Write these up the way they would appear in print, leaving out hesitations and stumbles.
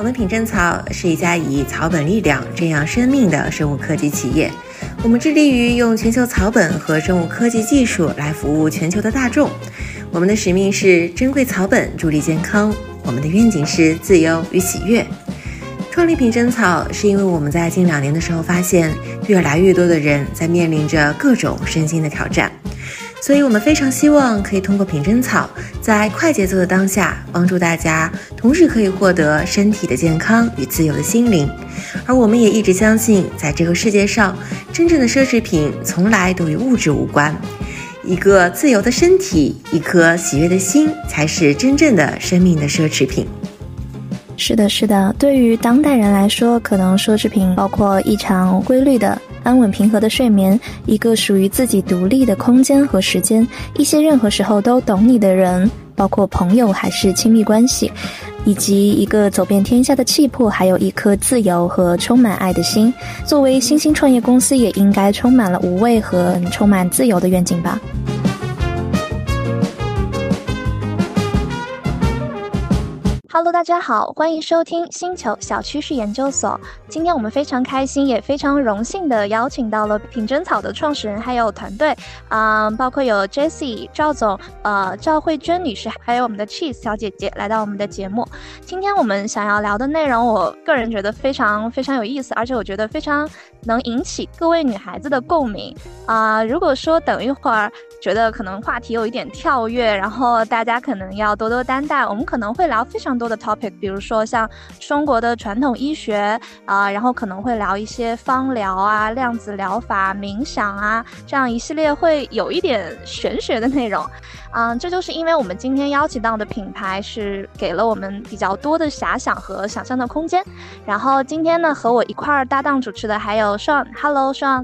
我们品真草是一家以草本力量珍养生命的生物科技企业，我们致力于用全球草本和生物科技技术来服务全球的大众。我们的使命是珍贵草本助力健康，我们的愿景是自由与喜悦。创立品真草是因为我们在近2年的时候发现，越来越多的人在面临着各种身心的挑战，所以我们非常希望可以通过品真草，在快节奏的当下，帮助大家同时可以获得身体的健康与自由的心灵。而我们也一直相信，在这个世界上，真正的奢侈品从来都与物质无关。一个自由的身体，一颗喜悦的心，才是真正的生命的奢侈品。 是的，对于当代人来说，可能奢侈品包括一场规律的安稳平和的睡眠，一个属于自己独立的空间和时间，一些任何时候都懂你的人，包括朋友还是亲密关系，以及一个走遍天下的气魄，还有一颗自由和充满爱的心。作为新兴创业公司，也应该充满了无畏和充满自由的愿景吧。Hello， 大家好，欢迎收听星球小趋势研究所。今天我们非常开心，也非常荣幸的邀请到了品真草的创始人还有团队，包括有 Jessie、赵总、赵慧娟女士，还有我们的 Cheese 小姐姐来到我们的节目。今天我们想要聊的内容，我个人觉得非常非常有意思，而且我觉得非常能引起各位女孩子的共鸣。如果说等一会儿觉得可能话题有一点跳跃，然后大家可能要多多担待，我们可能会聊非常多的 topic， 比如说像中国的传统医学然后可能会聊一些芳疗啊、量子疗法、冥想啊，这样一系列会有一点玄学的内容。这就是因为我们今天邀请到的品牌是给了我们比较多的遐想和想象的空间。然后今天呢，和我一块儿搭档主持的还有 Sean。Hello Sean。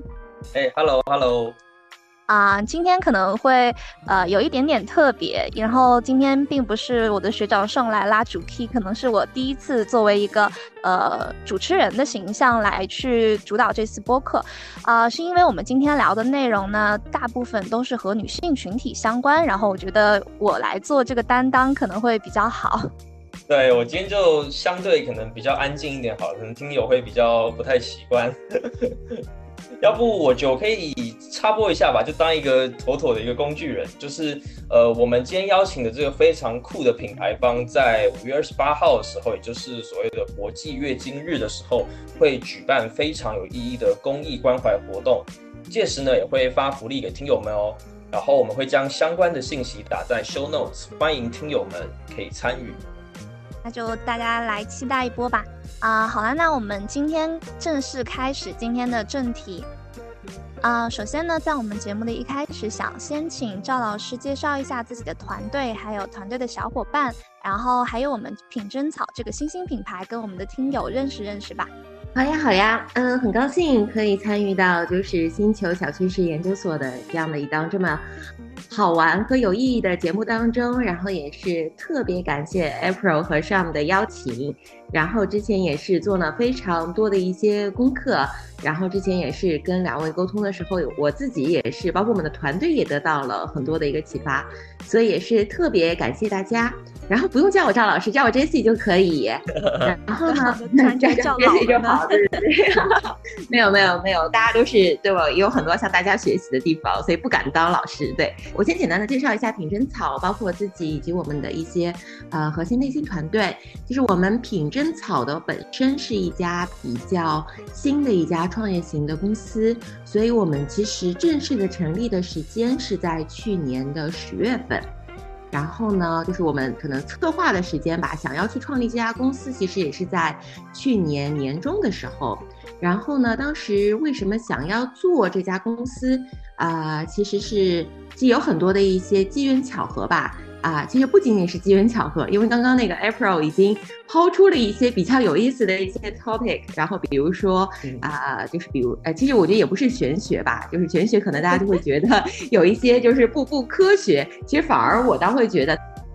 Hello。 今天可能会有一点点特别，然后今天并不是我的学长上来拉主 key， 可能是我第一次作为一个主持人的形象来去主导这次播客，是因为我们今天聊的内容呢，大部分都是和女性群体相关，然后我觉得我来做这个担当可能会比较好。 对，我今天就相对可能比较安静一点好了，可能听友会比较不太习惯。要不我就可以插播一下吧，就当一个妥妥的一个工具人。就是我们今天邀请的这个非常酷的品牌方，在5月28号的时候，也就是所谓的国际月经日的时候，会举办非常有意义的公益关怀活动。届时呢，也会发福利给听友们哦。然后我们会将相关的信息打在 show notes， 欢迎听友们可以参与。 那就大家来期待一波吧。好了，那我们今天正式开始今天的正题。首先呢，在我们节目的一开始，想先请赵老师介绍一下自己的团队，还有团队的小伙伴，然后还有我们品真草这个新兴品牌，跟我们的听友认识认识吧。 好呀，很高兴可以参与到就是星球小趋势研究所的这样的一档这么好玩和有意义的节目当中，然后也是特别感谢 April 和 Sham 的邀请，然后之前也是做了非常多的一些功课，然后之前也是跟2位沟通的时候，我自己也是包括我们的团队也得到了很多的一个启发，所以也是特别感谢大家。然后不用叫我赵老师，叫我 Jessie 就可以。然后呢，叫 Jessie 就好，对。没有，大家都是对我有很多向大家学习的地方，所以不敢当老师。对，我先简单的介绍一下品真草，包括我自己以及我们的一些核心内心团队。就是我们品真草的本身是一家比较新的一家创业型的公司，所以我们其实正式的成立的时间是在去年的10月份。然后呢，就是我们可能策划的时间吧，想要去创立这家公司，其实也是在去年年中的时候。然后呢，当时为什么想要做这家公司其实有很多的一些机缘巧合吧。其实不仅仅是机缘巧合，因为刚刚那个 April 已经抛出了一些比较有意思的一些 topic， 然后比如说就是比如其实我觉得也不是玄学吧，就是玄学可能大家就会觉得有一些就是不科学，其实反而我倒会觉得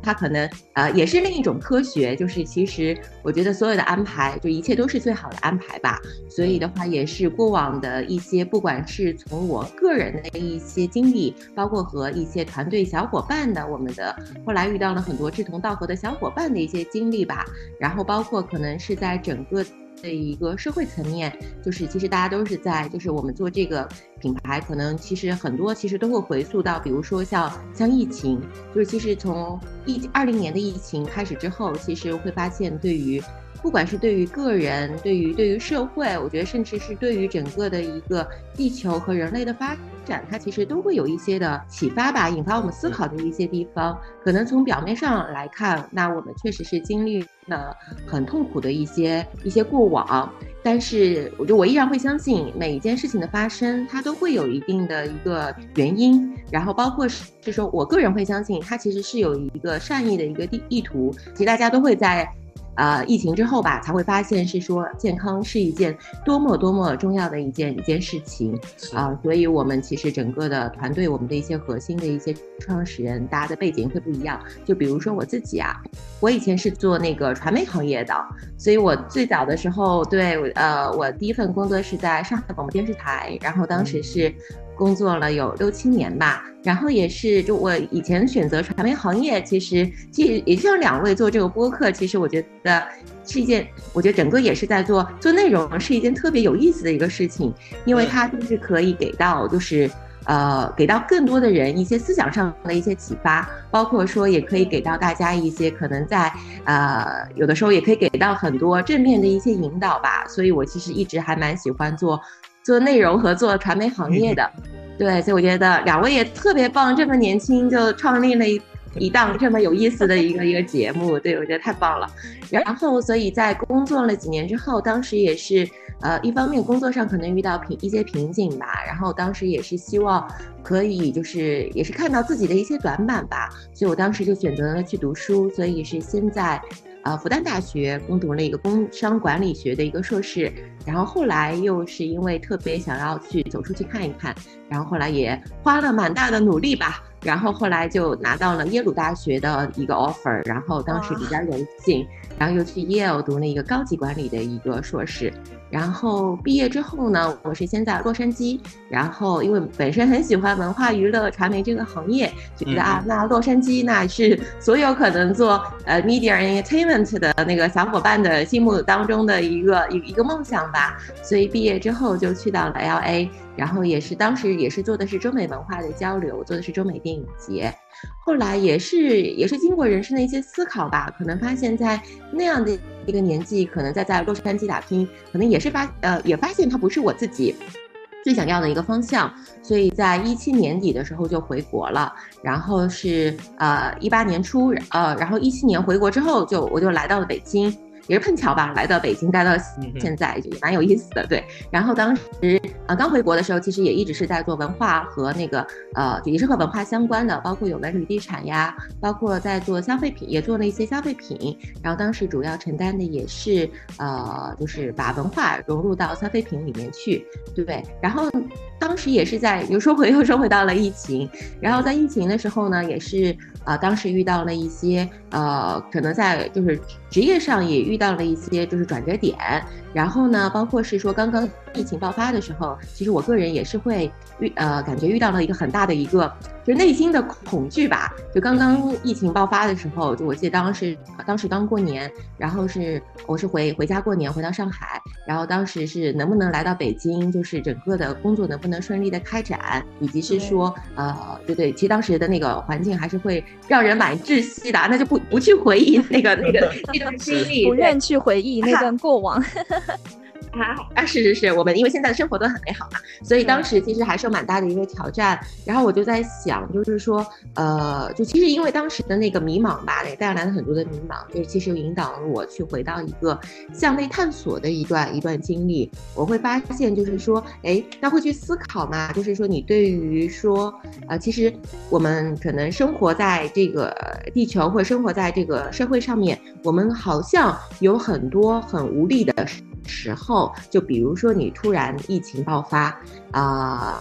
它可能也是另一种科学，就是其实我觉得所有的安排，就一切都是最好的安排吧。所以的话，也是过往的一些，不管是从我个人的一些经历，包括和一些团队小伙伴的，我们的后来遇到了很多志同道合的小伙伴的一些经历吧。然后包括可能是在整个的一个社会层面，就是其实大家都是在，就是我们做这个品牌，可能其实很多其实都会回溯到，比如说像疫情，就是其实从2020年的疫情开始之后，其实会发现不管是对于个人，对于社会，我觉得甚至是对于整个的一个地球和人类的发展，它其实都会有一些的启发吧，引发我们思考的一些地方。可能从表面上来看，那我们确实是经历了很痛苦的一些过往，但是我依然会相信每一件事情的发生，它都会有一定的一个原因，然后包括是说我个人会相信它其实是有一个善意的一个意图。其实大家都会在疫情之后吧，才会发现是说健康是一件多么多么重要的一件事情所以我们其实整个的团队，我们的一些核心的一些创始人，大家的背景会不一样。就比如说我自己我以前是做那个传媒行业的，所以我最早的时候，我第一份工作是在上海广播电视台，然后当时是工作了有6-7年吧，然后也是就我以前选择传媒行业，其实也像2位做这个播客，其实我觉得是一件，我觉得整个也是在做内容，是一件特别有意思的一个事情，因为它就是可以给到给到更多的人一些思想上的一些启发，包括说也可以给到大家一些可能在有的时候也可以给到很多正面的一些引导吧。所以我其实一直还蛮喜欢做内容和做传媒行业的。对，所以我觉得2位也特别棒，这么年轻就创立了一档这么有意思的一个节目，对，我觉得太棒了。然后所以在工作了几年之后，当时也是一方面工作上可能遇到一些瓶颈吧，然后当时也是希望可以就是也是看到自己的一些短板吧，所以我当时就选择了去读书，所以是先在复旦大学攻读了一个工商管理学的一个硕士，然后后来又是因为特别想要去走出去看一看，然后后来也花了蛮大的努力吧，然后后来就拿到了耶鲁大学的一个 offer， 然后当时比较有幸，然后又去 Yale 读了一个高级管理的一个硕士。然后毕业之后呢，我是先在洛杉矶，然后因为本身很喜欢文化娱乐传媒这个行业，就觉得那洛杉矶那是所有可能做media entertainment 的那个小伙伴的心目当中的一个梦想吧，所以毕业之后就去到了 LA， 然后当时也是做的是中美文化的交流，做的是中美电影节。后来也是经过人生的一些思考吧，可能发现在那样的一个年纪，可能在洛杉矶打拼，可能也发现它不是我自己最想要的一个方向，所以在17年底的时候就回国了，然后是18年初然后17年回国之后我就来到了北京，也是碰巧吧，来到北京待到现在就也蛮有意思的。对，然后当时刚回国的时候，其实也一直是在做文化和那个也是和文化相关的，包括有文旅地产呀，包括在做消费品，也做了一些消费品。然后当时主要承担的也是就是把文化融入到消费品里面去，对不对？然后当时也是又说回到了疫情，然后在疫情的时候呢，也是当时遇到了一些可能在就是职业上也遇到了一些就是转折点，然后呢，包括是说刚刚疫情爆发的时候，其实我个人也是会感觉遇到了一个很大的一个就是内心的恐惧吧。就刚刚疫情爆发的时候，就我记得当时刚过年，然后我是回家过年，回到上海，然后当时是能不能来到北京，就是整个的工作能不能顺利的开展，以及是说对，其实当时的那个环境还是会让人蛮窒息的，那就不去回忆那段经历， 不愿去回忆那段过往。 是，我们因为现在的生活都很美好嘛，所以当时其实还是有蛮大的一个挑战。然后我就在想，就是说就其实因为当时的那个迷茫吧，也带来了很多的迷茫，就是其实引导了我去回到一个向内探索的一段经历。我会发现就是说那会去思考嘛，就是说你对于说其实我们可能生活在这个地球或者生活在这个社会上面，我们好像有很多很无力的时候，就比如说你突然疫情爆发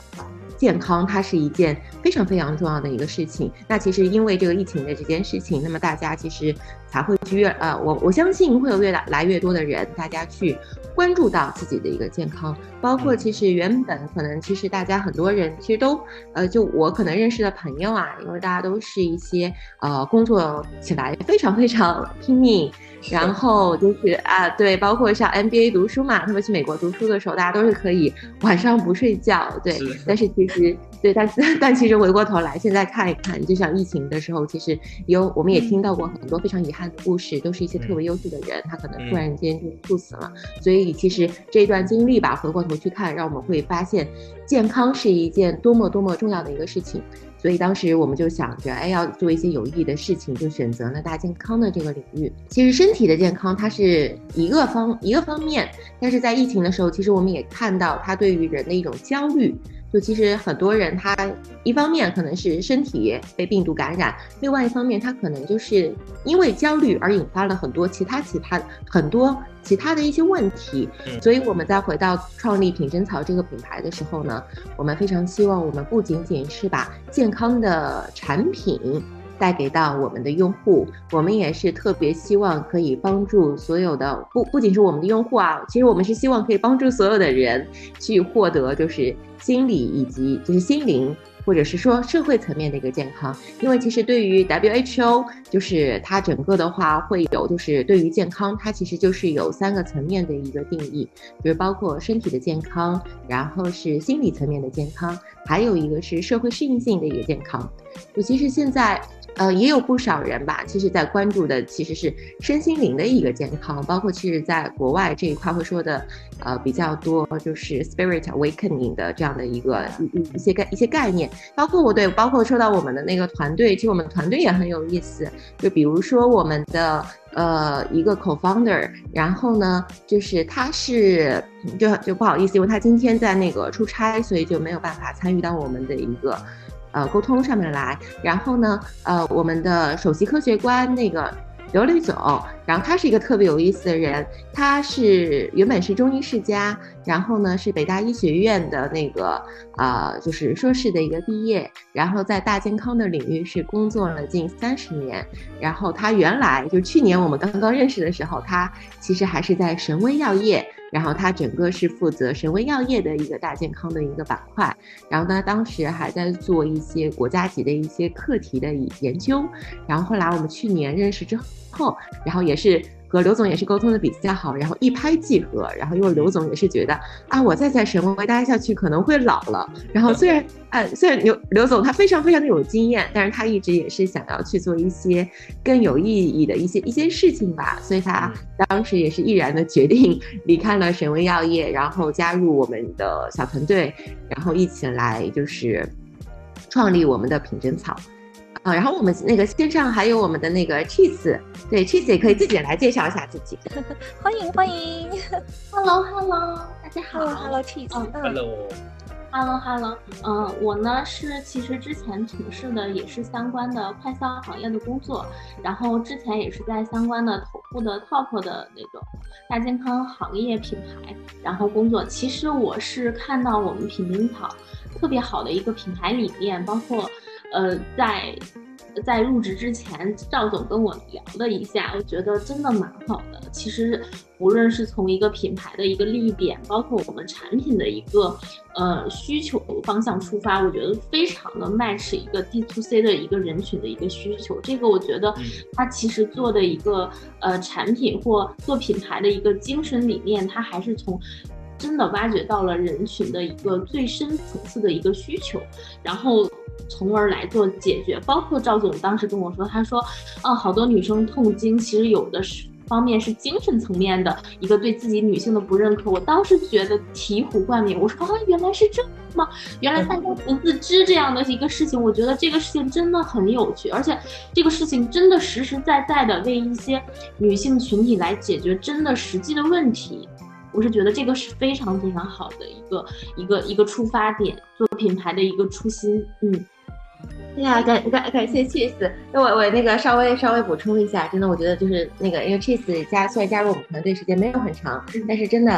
健康它是一件非常非常重要的一个事情。那其实因为这个疫情的这件事情，那么大家其实才会去我相信会有越来越多的人，大家去关注到自己的一个健康，包括其实原本可能其实大家很多人其实都就我可能认识的朋友啊，因为大家都是一些工作起来非常非常拼命，然后就是对，包括像 MBA 读书嘛，他们去美国读书的时候，大家都是可以晚上不睡觉，对，但是其实对，但其实回过头来现在看一看，就像疫情的时候，其实我们也听到过很多非常遗憾的故事，都是一些特别优秀的人，他可能突然间就猝死了。所以其实这一段经历吧，回过头去看，让我们会发现健康是一件多么多么重要的一个事情。所以当时我们就想着，要做一些有意义的事情，就选择了大健康的这个领域。其实身体的健康它是一个方面，但是在疫情的时候，其实我们也看到它对于人的一种焦虑。就其实很多人他一方面可能是身体被病毒感染，另外一方面他可能就是因为焦虑而引发了很多其他的一些问题。所以我们再回到创立品珍草这个品牌的时候呢，我们非常希望我们不仅仅是把健康的产品带给到我们的用户，我们也是特别希望可以帮助所有的不仅是我们的用户啊，其实我们是希望可以帮助所有的人去获得就是心理以及就是心灵或者是说社会层面的一个健康。因为其实对于 WHO 就是它整个的话会有就是对于健康它其实就是有3个层面的一个定义，就是包括身体的健康，然后是心理层面的健康，还有一个是社会适应性的一个健康。就其实现在也有不少人吧，其实在关注的其实是身心灵的一个健康，包括其实在国外这一块会说的比较多，就是 spirit awakening 的这样的一些概念，包括说到我们的那个团队，其实我们团队也很有意思，就比如说我们的一个 co-founder， 然后呢就是他是就不好意思，因为他今天在那个出差，所以就没有办法参与到我们的一个沟通上面来。然后呢我们的首席科学官那个刘总，然后他是一个特别有意思的人，他原本是中医世家，然后呢是北大医学院的那个就是硕士的一个毕业，然后在大健康的领域是工作了近30年。然后他原来就去年我们刚刚认识的时候，他其实还是在神威药业，然后他整个是负责神威药业的一个大健康的一个板块，然后呢当时还在做一些国家级的一些课题的研究。然后后来我们去年认识之后，然后也是和刘总也是沟通的比较好，然后一拍即合。然后因为刘总也是觉得我再在神威待下去可能会老了，然后虽然刘总他非常非常的有经验，但是他一直也是想要去做一些更有意义的一些事情吧，所以他当时也是毅然的决定离开了神威药业，然后加入我们的小团队，然后一起来就是创立我们的品珍草。然后我们那个线上还有我们的那个 Cheese， 对 Cheese 也可以自己来介绍一下自己。 欢迎 Hello， 大家好。 Hello Cheese。 Hello， 我呢是其实之前从事的也是相关的快销行业的工作，然后之前也是在相关的头部的 top 的那种大健康行业品牌然后工作。其实我是看到我们品珍草特别好的一个品牌理念，包括在入职之前赵总跟我聊了一下，我觉得真的蛮好的。其实无论是从一个品牌的一个利益点，包括我们产品的一个需求方向出发，我觉得非常的 match 一个 D2C 的一个人群的一个需求。这个我觉得它其实做的一个产品或做品牌的一个精神理念，它还是从真的挖掘到了人群的一个最深层次的一个需求，然后从而来做解决。包括赵总当时跟我说，他说好多女生痛经其实有的方面是精神层面的一个对自己女性的不认可。我当时觉得醍醐灌顶，我说原来是这样吗？原来大家不自知这样的一个事情。我觉得这个事情真的很有趣，而且这个事情真的实实在在的为一些女性群体来解决真的实际的问题。我是觉得这个是非常非常好的一个出发点，做品牌的一个初心。 感谢 Cheese。我那个稍微补充一下，真的我觉得就是那个因为 Cheese 虽然加入我们团队时间没有很长，但是真的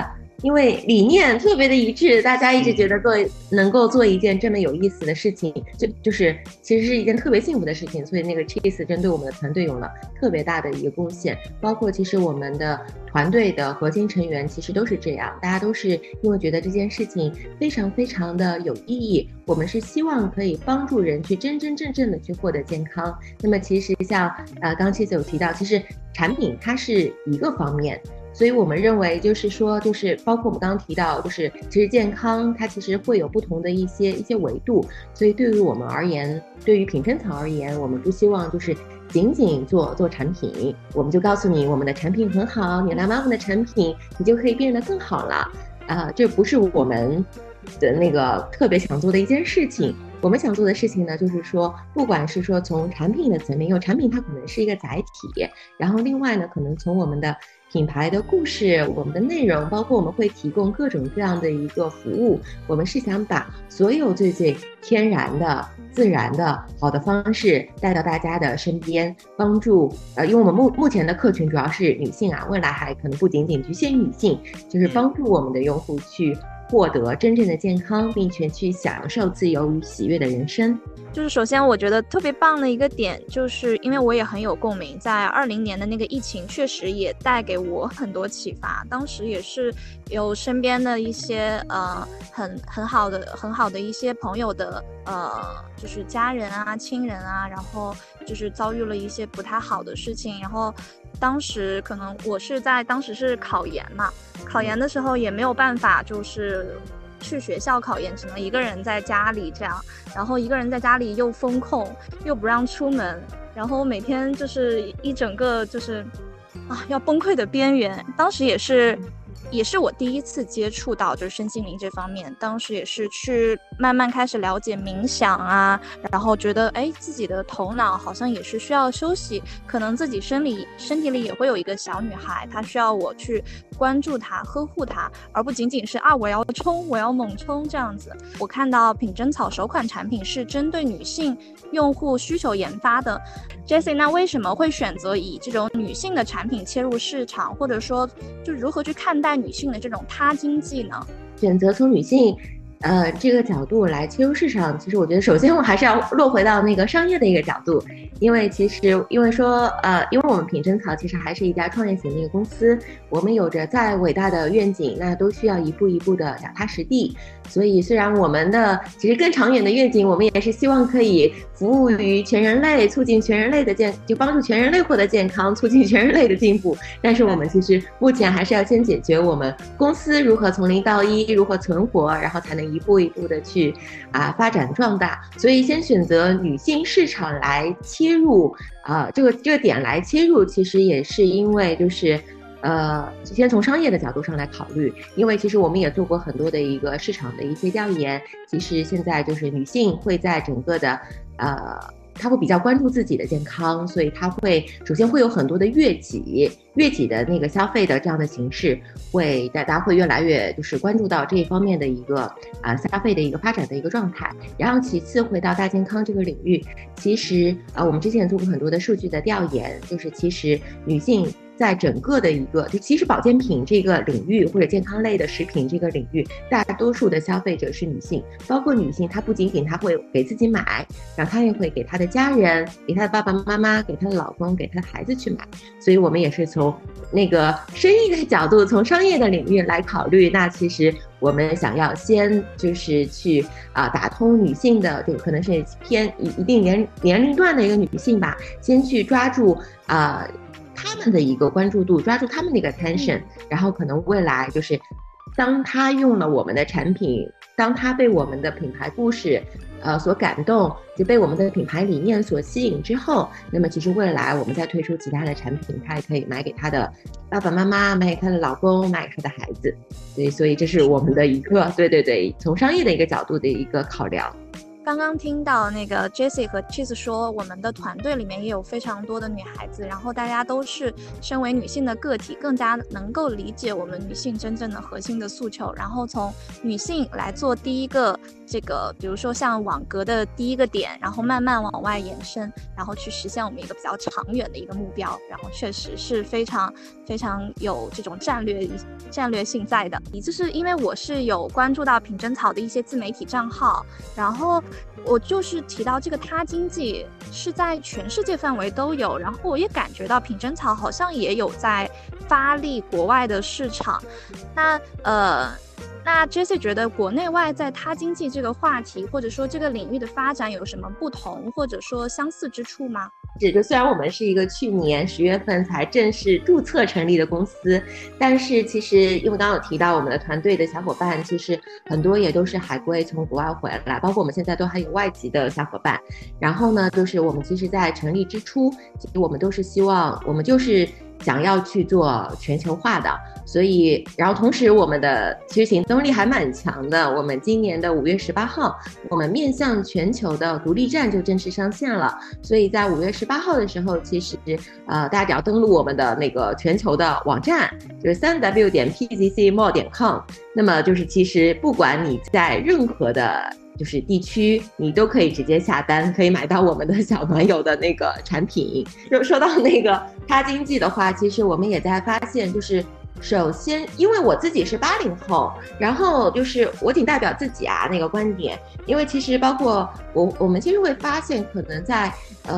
因为理念特别的一致，大家一直觉得能够做一件这么有意思的事情，就是其实是一件特别幸福的事情，所以那个 Cheese 针对我们的团队有了特别大的一个贡献，包括其实我们的团队的核心成员其实都是这样，大家都是因为觉得这件事情非常非常的有意义，我们是希望可以帮助人去真真正正的去获得健康。那么其实像刚刚Cheese有提到，其实产品它是一个方面。所以我们认为就是说，就是包括我们刚刚提到，就是其实健康它其实会有不同的一些维度，所以对于我们而言，对于品珍草而言，我们不希望就是仅仅做产品，我们就告诉你我们的产品很好，你来买我们的产品，你就可以变得更好了这不是我们的那个特别想做的一件事情。我们想做的事情呢，就是说，不管是说从产品的层面，因为产品它可能是一个载体，然后另外呢，可能从我们的品牌的故事、我们的内容，包括我们会提供各种各样的一个服务，我们是想把所有最天然的、自然的好的方式带到大家的身边，帮助因为我们目前的客群主要是女性未来还可能不仅仅局限于女性，就是帮助我们的用户去获得真正的健康，并且去享受自由与喜悦的人生。 就是首先我觉得特别棒的一个点，就是因为我也很有共鸣，在2020年的那个疫情确实也带给我很多启发，当时也是有身边的一些很好的一些朋友的就是家人啊亲人啊，然后就是遭遇了一些不太好的事情，然后当时可能我是当时是考研嘛，考研的时候也没有办法就是去学校考研，只能一个人在家里这样，然后一个人在家里又封控又不让出门，然后每天就是一整个就是要崩溃的边缘。当时也是我第一次接触到就是身心灵这方面，当时也是去慢慢开始了解冥想啊，然后觉得自己的头脑好像也是需要休息，可能自己身体里也会有一个小女孩，她需要我去关注她呵护她，而不仅仅是我要冲我要猛冲这样子。我看到品珍草首款产品是针对女性用户需求研发的。 Jessie， 那为什么会选择以这种女性的产品切入市场，或者说就如何去看待女性的这种他经济呢？ 选择从女性这个角度来切入市场，其实我觉得首先我还是要落回到那个商业的一个角度，因为我们品珍草其实还是一家创业型的一个公司，我们有着再伟大的愿景，那都需要一步一步的脚踏实地。所以虽然我们的其实更长远的愿景，我们也是希望可以服务于全人类，促进全人类的就帮助全人类获得健康，促进全人类的进步。但是我们其实目前还是要先解决我们公司如何从0到1，如何存活，然后才能一步一步的去发展壮大。所以先选择女性市场来切入这个点来切入，其实也是因为就是先从商业的角度上来考虑，因为其实我们也做过很多的一个市场的一些调研，其实现在就是女性会在整个的她会比较关注自己的健康，所以她会首先会有很多的悦己的那个消费的这样的形式，大家会越来越就是关注到这一方面的一个消费的一个发展的一个状态。然后其次回到大健康这个领域，其实我们之前做过很多的数据的调研，就是其实女性在整个的一个其实保健品这个领域或者健康类的食品这个领域，大多数的消费者是女性，包括女性她不仅仅她会给自己买，然后她也会给她的家人，给她的爸爸妈妈，给她的老公，给她的孩子去买。所以我们也是从那个生意的角度，从商业的领域来考虑，那其实我们想要先就是去打通女性的这个可能是偏一定年龄段的一个女性吧，先去抓住他们的一个关注度，抓住他们的一个 attention， 然后可能未来就是当他用了我们的产品，当他被我们的品牌故事所感动，就被我们的品牌理念所吸引之后，那么其实未来我们再推出其他的产品，他也可以买给他的爸爸妈妈，买给他的老公，买给他的孩子。所以这是我们的一个对从商业的一个角度的一个考量。 刚刚听到那个 Jessie 和 Cheese 说，我们的团队里面也有非常多的女孩子，然后大家都是身为女性的个体，更加能够理解我们女性真正的核心的诉求，然后从女性来做第一个这个，比如说像网格的第一个点，然后慢慢往外延伸，然后去实现我们一个比较长远的一个目标，然后确实是非常非常有这种战略性在的。就是因为我是有关注到品真草的一些自媒体账号，然后我就是提到这个他经济是在全世界范围都有，然后我也感觉到品真草好像也有在发力国外的市场。那 Jessie 觉得国内外在他经济这个话题或者说这个领域的发展有什么不同或者说相似之处吗？ 就虽然我们是一个去年10月份才正式注册成立的公司，但是其实因为刚刚有提到我们的团队的小伙伴，其实很多也都是海归从国外回来，包括我们现在都还有外籍的小伙伴。然后呢，就是我们其实在成立之初，其实我们都是希望，我们就是想要去做全球化的，所以然后同时我们的其实行动力还蛮强的。我们今年的5月18号，我们面向全球的独立站就正式上线了。所以在5月18号的时候，其实大家只要登录我们的那个全球的网站，就是 3w.pzcmall.com， 那么就是其实不管你在任何的就是地区，你都可以直接下单，可以买到我们的小暖友的那个产品。就说到那个他经济的话，其实我们也在发现，就是首先因为我自己是80后，然后就是我仅代表自己啊那个观点，因为其实包括我们其实会发现，可能在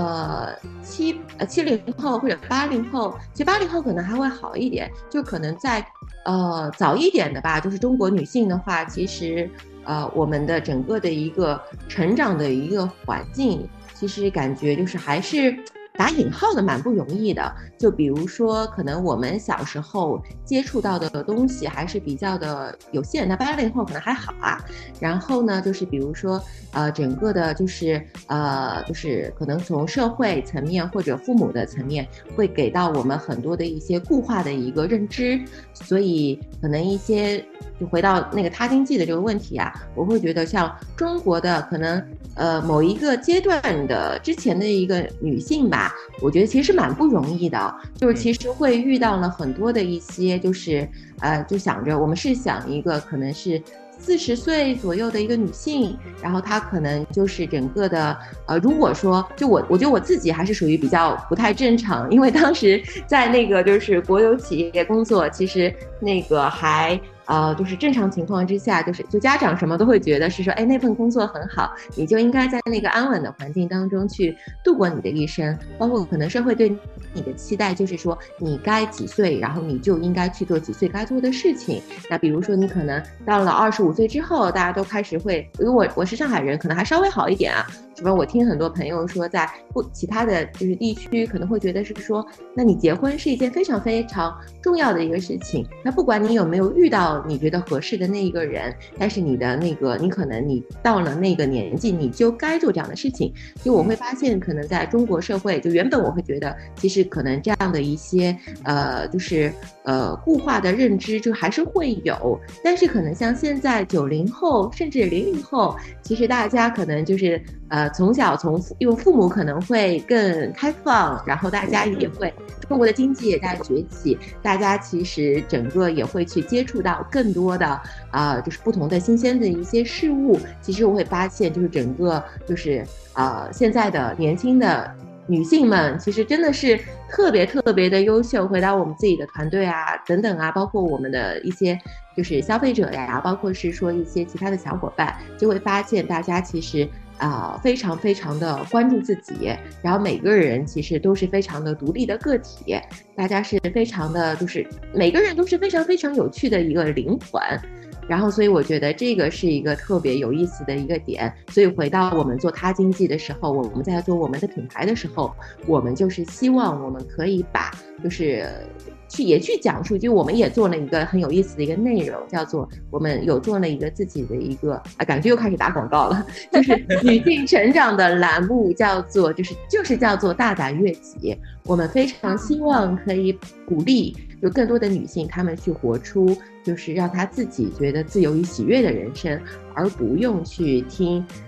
70后或者80后，其实80后可能还会好一点，就可能在早一点的吧，就是中国女性的话，其实我们的整个的一个成长的一个环境，其实感觉就是还是打引号的蛮不容易的。就比如说可能我们小时候接触到的东西还是比较的有限，那80后可能还好啊。然后呢，就是比如说整个的就是可能从社会层面或者父母的层面会给到我们很多的一些固化的一个认知，所以可能一些就回到那个他经济的这个问题啊，我会觉得像中国的可能某一个阶段的之前的一个女性吧，我觉得其实蛮不容易的，就是其实会遇到了很多的一些就是就想着我们是想一个可能是40岁左右的一个女性，然后她可能就是整个的如果说就我觉得我自己还是属于比较不太正常，因为当时在那个就是国有企业工作，其实那个还就是正常情况之下，就家长什么都会觉得是说，哎，那份工作很好，你就应该在那个安稳的环境当中去度过你的一生，包括可能社会对你的期待就是说你该几岁，然后你就应该去做几岁该做的事情。那比如说你可能到了25岁之后，大家都开始会，因为我是上海人，可能还稍微好一点啊，什么我听很多朋友说在其他的就是地区可能会觉得是说，那你结婚是一件非常非常重要的一个事情，那不管你有没有遇到你觉得合适的那一个人，但是你的那个你可能你到了那个年纪你就该做这样的事情。就我会发现可能在中国社会，就原本我会觉得其实可能这样的一些就是固化的认知就还是会有，但是可能像现在90后甚至00后，其实大家可能就是从小因为父母可能会更开放，然后大家也会中国的经济也在崛起，大家其实整个也会去接触到更多的就是不同的新鲜的一些事物。其实我会发现就是整个就是现在的年轻的女性们其实真的是特别特别的优秀，回到我们自己的团队啊等等啊，包括我们的一些就是消费者呀，包括是说一些其他的小伙伴，就会发现大家其实非常非常的关注自己，然后每个人其实都是非常的独立的个体，大家是非常的就是每个人都是非常非常有趣的一个灵魂。然后所以我觉得这个是一个特别有意思的一个点。所以回到我们做他经济的时候，我们在做我们的品牌的时候，我们就是希望我们可以把就是也去讲述，就我们也做了一个很有意思的一个内容，叫做我们有做了一个自己的一个感觉又开始打广告了，就是女性成长的栏目，叫做就是叫做大胆悦己。我们非常希望可以鼓励有更多的女性她们去活出就是让她自己觉得自由与喜悦的人生，而不用去听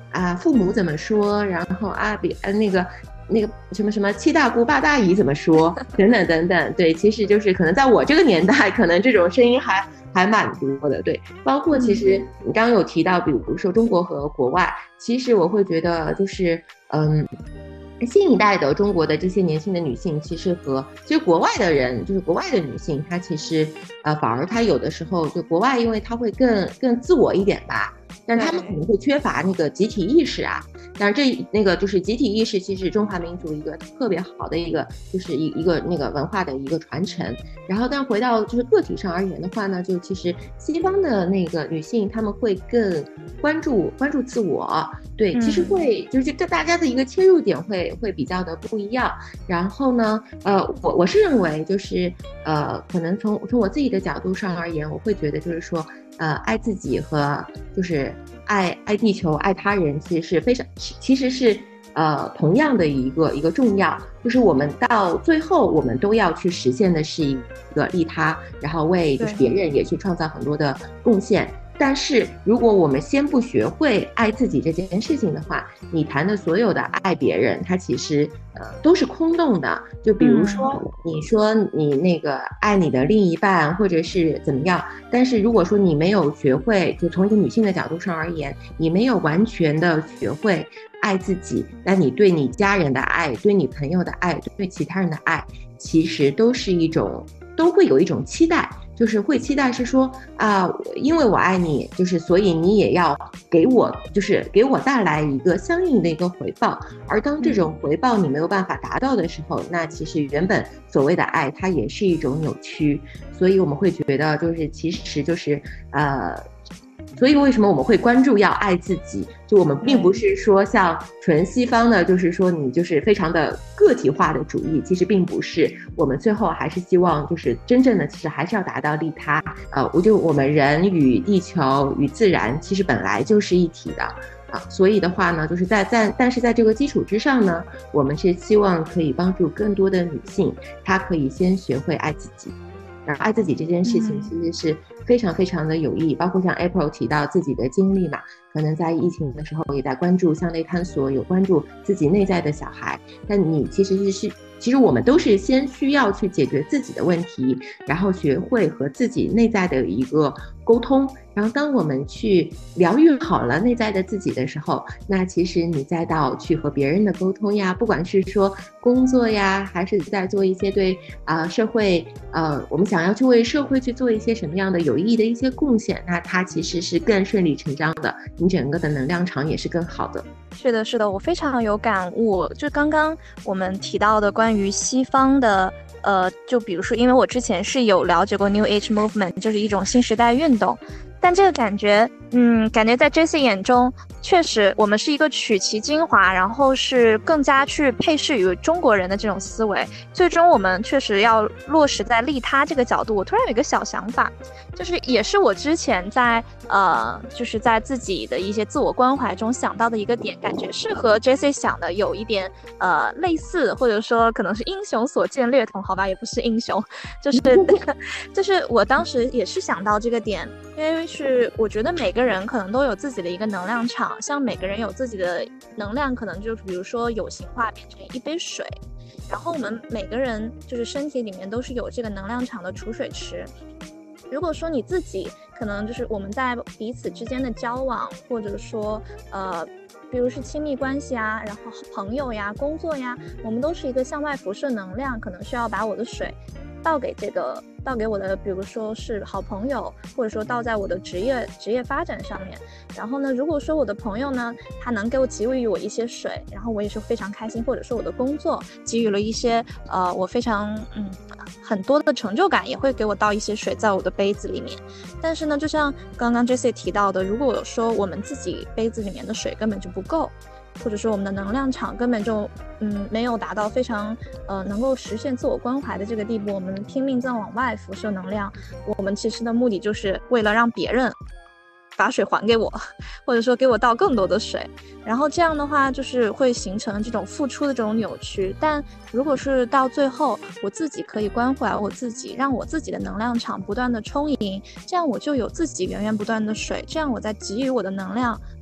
父母怎么说，然后那个什么什么七大姑八大姨怎么说，等等等等。对，其实就是可能在我这个年代，可能这种声音还蛮多的。对，包括其实你刚刚有提到，比如说中国和国外，其实我会觉得就是新一代的中国的这些年轻的女性，其实国外的人，就是国外的女性，她其实反而她有的时候就国外，因为她会更自我一点吧，但是他们可能会缺乏那个集体意识啊。但是那个就是集体意识，其实中华民族一个特别好的一个就是一个那个文化的一个传承。然后但回到就是个体上而言的话呢，就其实西方的那个女性，她们会更关注自我。对，其实会就是跟大家的一个切入点会比较的不一样。然后呢，我是认为就是可能从我自己的角度上而言，我会觉得就是说爱自己和就是爱地球爱他人，其实是同样的一个重要，就是我们到最后我们都要去实现的是一个利他，然后为就是别人也去创造很多的贡献。但是如果我们先不学会爱自己这件事情的话，你谈的所有的爱别人，它其实都是空洞的。就比如说你说你那个爱你的另一半或者是怎么样，但是如果说你没有学会，就从一个女性的角度上而言，你没有完全的学会爱自己，那你对你家人的爱，对你朋友的爱，对其他人的爱，其实都会有一种期待，就是会期待是说因为我爱你，就是所以你也要给我带来一个相应的一个回报。而当这种回报你没有办法达到的时候，那其实原本所谓的爱它也是一种扭曲。所以我们会觉得就是其实就是所以为什么我们会关注要爱自己，就我们并不是说像纯西方的就是说你就是非常的个体化的主义，其实并不是，我们最后还是希望就是真正的其实还是要达到利他。我们人与地球与自然其实本来就是一体的所以的话呢，就是但是在这个基础之上呢，我们是希望可以帮助更多的女性，她可以先学会爱自己。然后爱自己这件事情其实是非常非常的有意义，包括像 April 提到自己的经历嘛，可能在疫情的时候也在关注向内探索，有关注自己内在的小孩。但你其实我们都是先需要去解决自己的问题，然后学会和自己内在的一个沟通。然后当我们去疗愈好了内在的自己的时候，那其实你再到去和别人的沟通呀，不管是说工作呀，还是在做一些对社会我们想要去为社会去做一些什么样的有意义的一些贡献，那它其实是更顺理成章的，你整个的能量场也是更好的。 是的，是的，我非常有感悟。就刚刚我们提到的关于西方的就比如说因为我之前是有了解过 New Age Movement， 就是一种新时代运动，但这个感觉在 Jessie 眼中，确实我们是一个取其精华，然后是更加去配适于中国人的这种思维，最终我们确实要落实在利他这个角度。我突然有一个小想法，就是也是我之前在就是在自己的一些自我关怀中想到的一个点，感觉是和 Jessie 想的有一点类似，或者说可能是英雄所见略同，好吧，也不是英雄，就是我当时也是想到这个点，因为是我觉得每个人可能都有自己的一个能量场，像每个人有自己的能量，可能就比如说有形化变成一杯水，然后我们每个人就是身体里面都是有这个能量场的储水池。如果说你自己可能就是我们在彼此之间的交往，或者说比如是亲密关系啊，然后朋友呀，工作呀，我们都是一个向外辐射能量，可能需要把我的水倒给我的，比如说是好朋友，或者说倒在我的职业发展上面。然后呢，如果说我的朋友呢，他能给我给予我一些水，然后我也是非常开心，或者说我的工作给予了一些我非常很多的成就感，也会给我倒一些水在我的杯子里面。但是呢，就像刚刚 Jessie 提到的，如果说我们自己杯子里面的水根本就不够，或者说我们的能量场根本就没有达到非常能够实现自我关怀的这个地步，我们拼命在往外辐射能量，我们其实的目的就是为了让别人把水还给我，或者说给我倒更多的水，然后这样的话就是会形成这种付出的这种扭曲。但如果是到最后我自己可以关怀我自己，让我自己的能量场不断的充盈，这样我就有自己源源不断的水，这样我在给予我的能量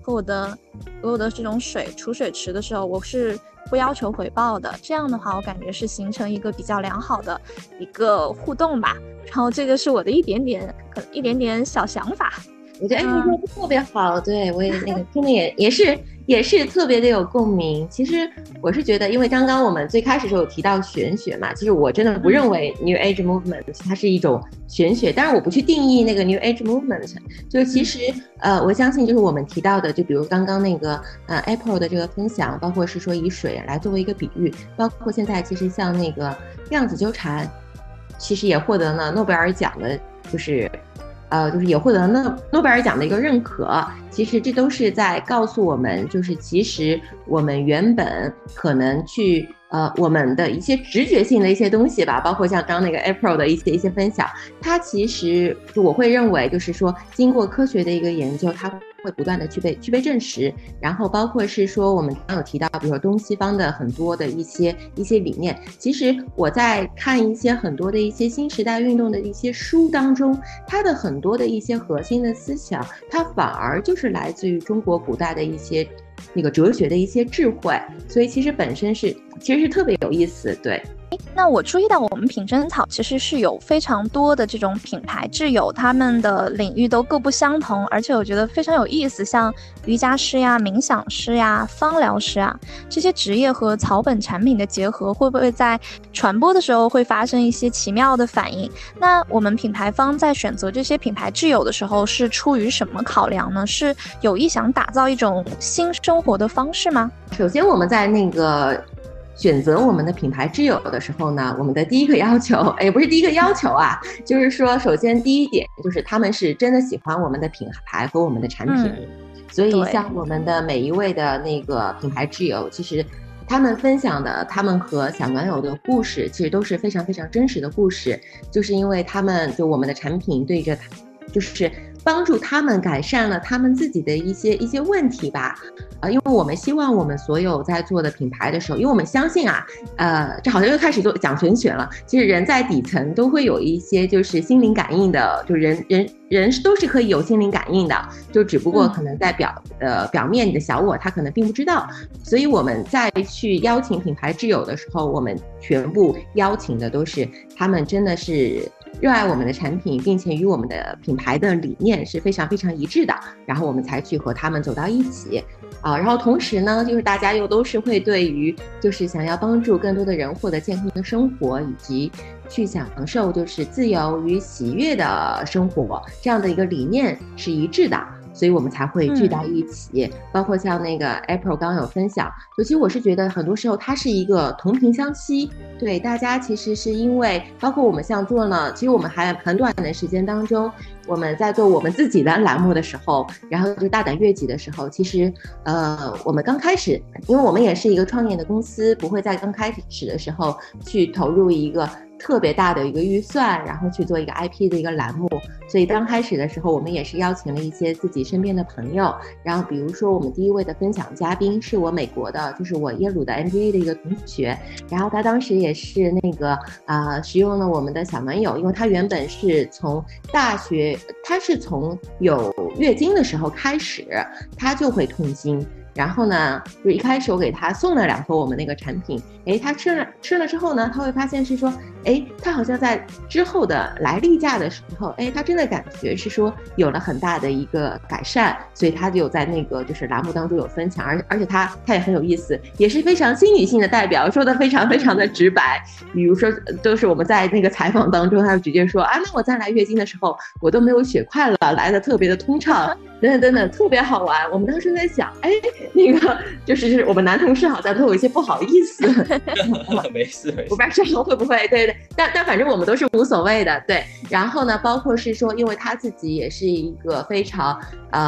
和我的这种储水池的时候，我是不要求回报的。这样的话，我感觉是形成一个比较良好的一个互动吧。然后这个是我的一点点小想法。 我觉得你说的特别好，对我也那个听的也是特别的有共鸣。其实我是觉得，因为刚刚我们最开始时候有提到玄学嘛，其实我真的不认为 New Age Movement 它是一种玄学，当然我不去定义那个 New Age Movement， 就其实我相信就是我们提到的，就比如刚刚那个April 的这个分享，包括是说以水来作为一个比喻，包括现在其实像那个量子纠缠，其实也获得了诺贝尔奖的，就是也获得了诺贝尔奖的一个认可。其实这都是在告诉我们，就是其实我们原本可能去我们的一些直觉性的一些东西吧，包括像刚那个 April 的一些分享，它其实我会认为就是说，经过科学的一个研究，它会不断的去被证实。然后包括是说我们刚有提到，比如说东西方的很多的一些理念，其实我在看一些很多的一些新时代运动的一些书当中，它的很多的一些核心的思想，它反而就是来自于中国古代的一些那个哲学的一些智慧，所以其实本身是特别有意思。对， 那我注意到我们品真草其实是有非常多的这种品牌挚友，他们的领域都各不相同，而且我觉得非常有意思，像瑜伽师呀、冥想师呀、芳疗师啊，这些职业和草本产品的结合，会不会在传播的时候会发生一些奇妙的反应？那我们品牌方在选择这些品牌挚友的时候，是出于什么考量呢？是有意想打造一种新生活的方式吗？ 首先我们在那个选择我们的品牌挚友的时候呢，我们的第一个要求，也不是第一个要求啊，就是说，首先第一点就是他们是真的喜欢我们的品牌和我们的产品，所以像我们的每一位的那个品牌挚友，其实他们分享的他们和小暖友的故事，其实都是非常非常真实的故事，就是因为他们就我们的产品对着就是帮助他们改善了他们自己的一些问题吧，因为我们希望我们所有在做的品牌的时候，因为我们相信啊，这好像又开始讲玄学了。其实人在底层都会有一些就是心灵感应的，就人都是可以有心灵感应的，就只不过可能在表面你的小我他可能并不知道，所以我们在去邀请品牌挚友的时候，我们全部邀请的都是他们真的是热爱我们的产品，并且与我们的品牌的理念是非常非常一致的，然后我们才去和他们走到一起然后同时呢，就是大家又都是会对于就是想要帮助更多的人获得健康的生活，以及去享受就是自由与喜悦的生活，这样的一个理念是一致的，所以我们才会聚到一起。包括像那个 April 刚刚有分享，尤其我是觉得很多时候它是一个同频相吸，对大家其实是因为包括我们像做了，其实我们还很短的时间当中，我们在做我们自己的栏目的时候，然后就大胆越级的时候，其实我们刚开始，因为我们也是一个创业的公司，不会在刚开始的时候去投入一个特别大的一个预算，然后去做一个 IP 的一个栏目，所以刚开始的时候我们也是邀请了一些自己身边的朋友，然后比如说我们第一位的分享嘉宾是我美国的，就是我耶鲁的 MBA 的一个同学，然后他当时也是那个使用了我们的小暖友，因为他原本是从大学，他是从有月经的时候开始他就会痛经，然后呢，就一开始我给他送了2盒我们那个产品，他吃了之后呢，他会发现是说，他好像在之后的来例假的时候，他真的感觉是说有了很大的一个改善，所以他就在那个就是栏目当中有分享，而且他也很有意思，也是非常新女性的代表，说的非常非常的直白，比如说都是我们在那个采访当中，他就直接说那我在来月经的时候我都没有血块了，来的特别的通畅，等等等等，特别好玩。我们当时在想，那个就是我们男同事好像都有一些不好意思没事， 我不知道这样会不会，对，但反正我们都是无所谓的，对。然后呢，包括是说，因为他自己也是一个非常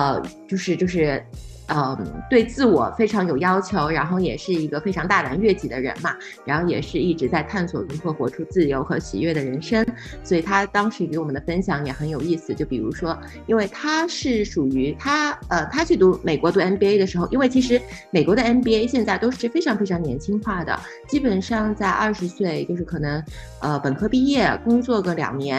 对自我非常有要求，然后也是一个非常大胆越己的人嘛，然后也是一直在探索如何活出自由和喜悦的人生，所以他当时给我们的分享也很有意思。就比如说，因为他是属于他去美国读 MBA 的时候，因为其实美国的 MBA 现在都是非常非常年轻化的，基本上在20岁就是可能本科毕业工作个2年。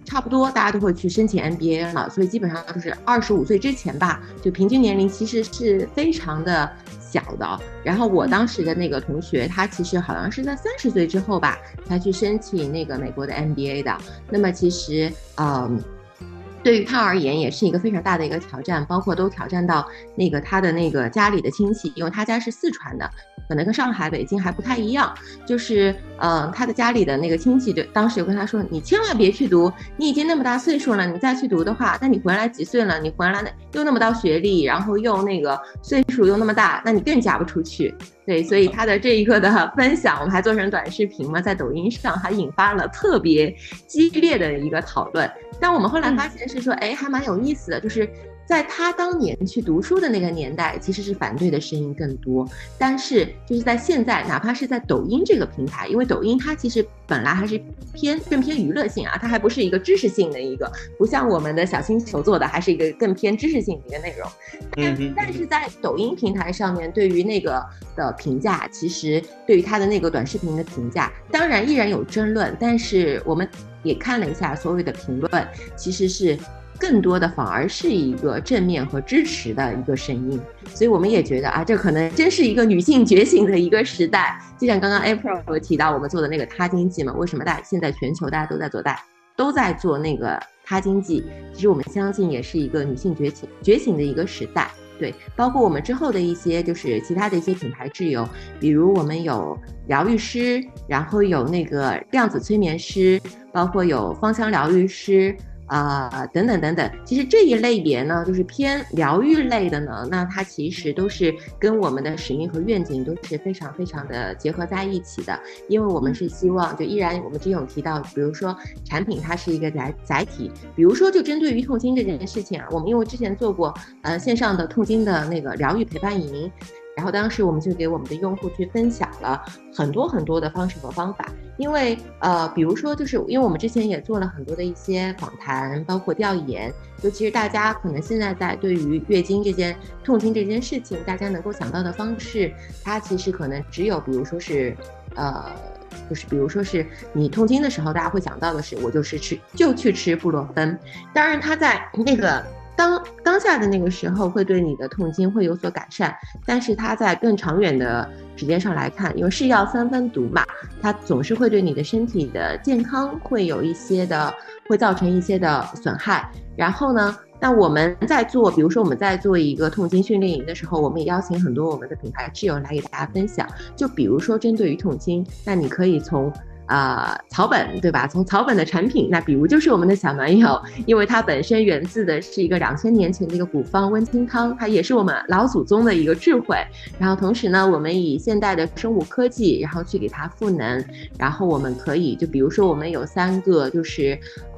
差不多大家都会去申请 MBA 了，所以基本上都是25岁之前吧，就平均年龄其实是非常的小的。然后我当时的那个同学，他其实好像是在30岁之后吧，才去申请那个美国的 MBA 的。那么其实对于他而言也是一个非常大的一个挑战，包括都挑战到那个他的那个家里的亲戚，因为他家是四川的，可能跟上海、北京还不太一样，就是他的家里的那个亲戚就当时就跟他说，你千万别去读，你已经那么大岁数了，你再去读的话，那你回来几岁了？你回来又那么高学历，然后又那个岁数又那么大，那你更嫁不出去。对，所以他的这一个的分享，我们还做成短视频嘛，在抖音上还引发了特别激烈的一个讨论。但我们后来发现是说，还蛮有意思的，就是在他当年去读书的那个年代，其实是反对的声音更多。但是就是在现在，哪怕是在抖音这个平台，因为抖音它其实本来还是更偏娱乐性啊，它还不是一个知识性的一个，不像我们的小星球做的还是一个更偏知识性的一个内容。但是在抖音平台上面，对于那个的评价，其实对于他的那个短视频的评价，当然依然有争论，但是我们也看了一下所有的评论，其实是更多的反而是一个正面和支持的一个声音。所以我们也觉得啊，这可能真是一个女性觉醒的一个时代。就像刚刚 April 有提到我们做的那个他经济嘛，为什么现在全球大家都在做那个他经济，其实我们相信也是一个女性觉醒的一个时代。对，包括我们之后的一些就是其他的一些品牌挚友，比如我们有疗愈师，然后有那个量子催眠师，包括有芳香疗愈师等等等等。其实这一类别呢，就是偏疗愈类的呢，那它其实都是跟我们的使命和愿景都是非常非常的结合在一起的。因为我们是希望，就依然我们之前有提到，比如说产品它是一个载体，比如说就针对于痛经这件事情啊，我们因为之前做过线上的痛经的那个疗愈陪伴营，然后当时我们就给我们的用户去分享了很多很多的方式和方法。因为比如说就是因为我们之前也做了很多的一些访谈，包括调研，就其实大家可能现在在对于痛经这件事情，大家能够想到的方式，它其实可能只有比如说是就是比如说是你痛经的时候，大家会想到的是我就去吃布洛芬。当然它在那个当下的那个时候会对你的痛经会有所改善，但是它在更长远的时间上来看，因为是药三分毒嘛，它总是会对你的身体的健康会造成一些的损害。然后呢，那我们在做，比如说我们在做一个痛经训练营的时候，我们也邀请很多我们的品牌挚友来给大家分享。就比如说针对于痛经，那你可以从草本，对吧？从草本的产品，那比如就是我们的小暖友，因为它本身源自的是一个2000年前的一个古方温经汤，它也是我们老祖宗的一个智慧。然后同时呢，我们以现代的生物科技，然后去给它赋能。然后我们可以就比如说我们有3个就是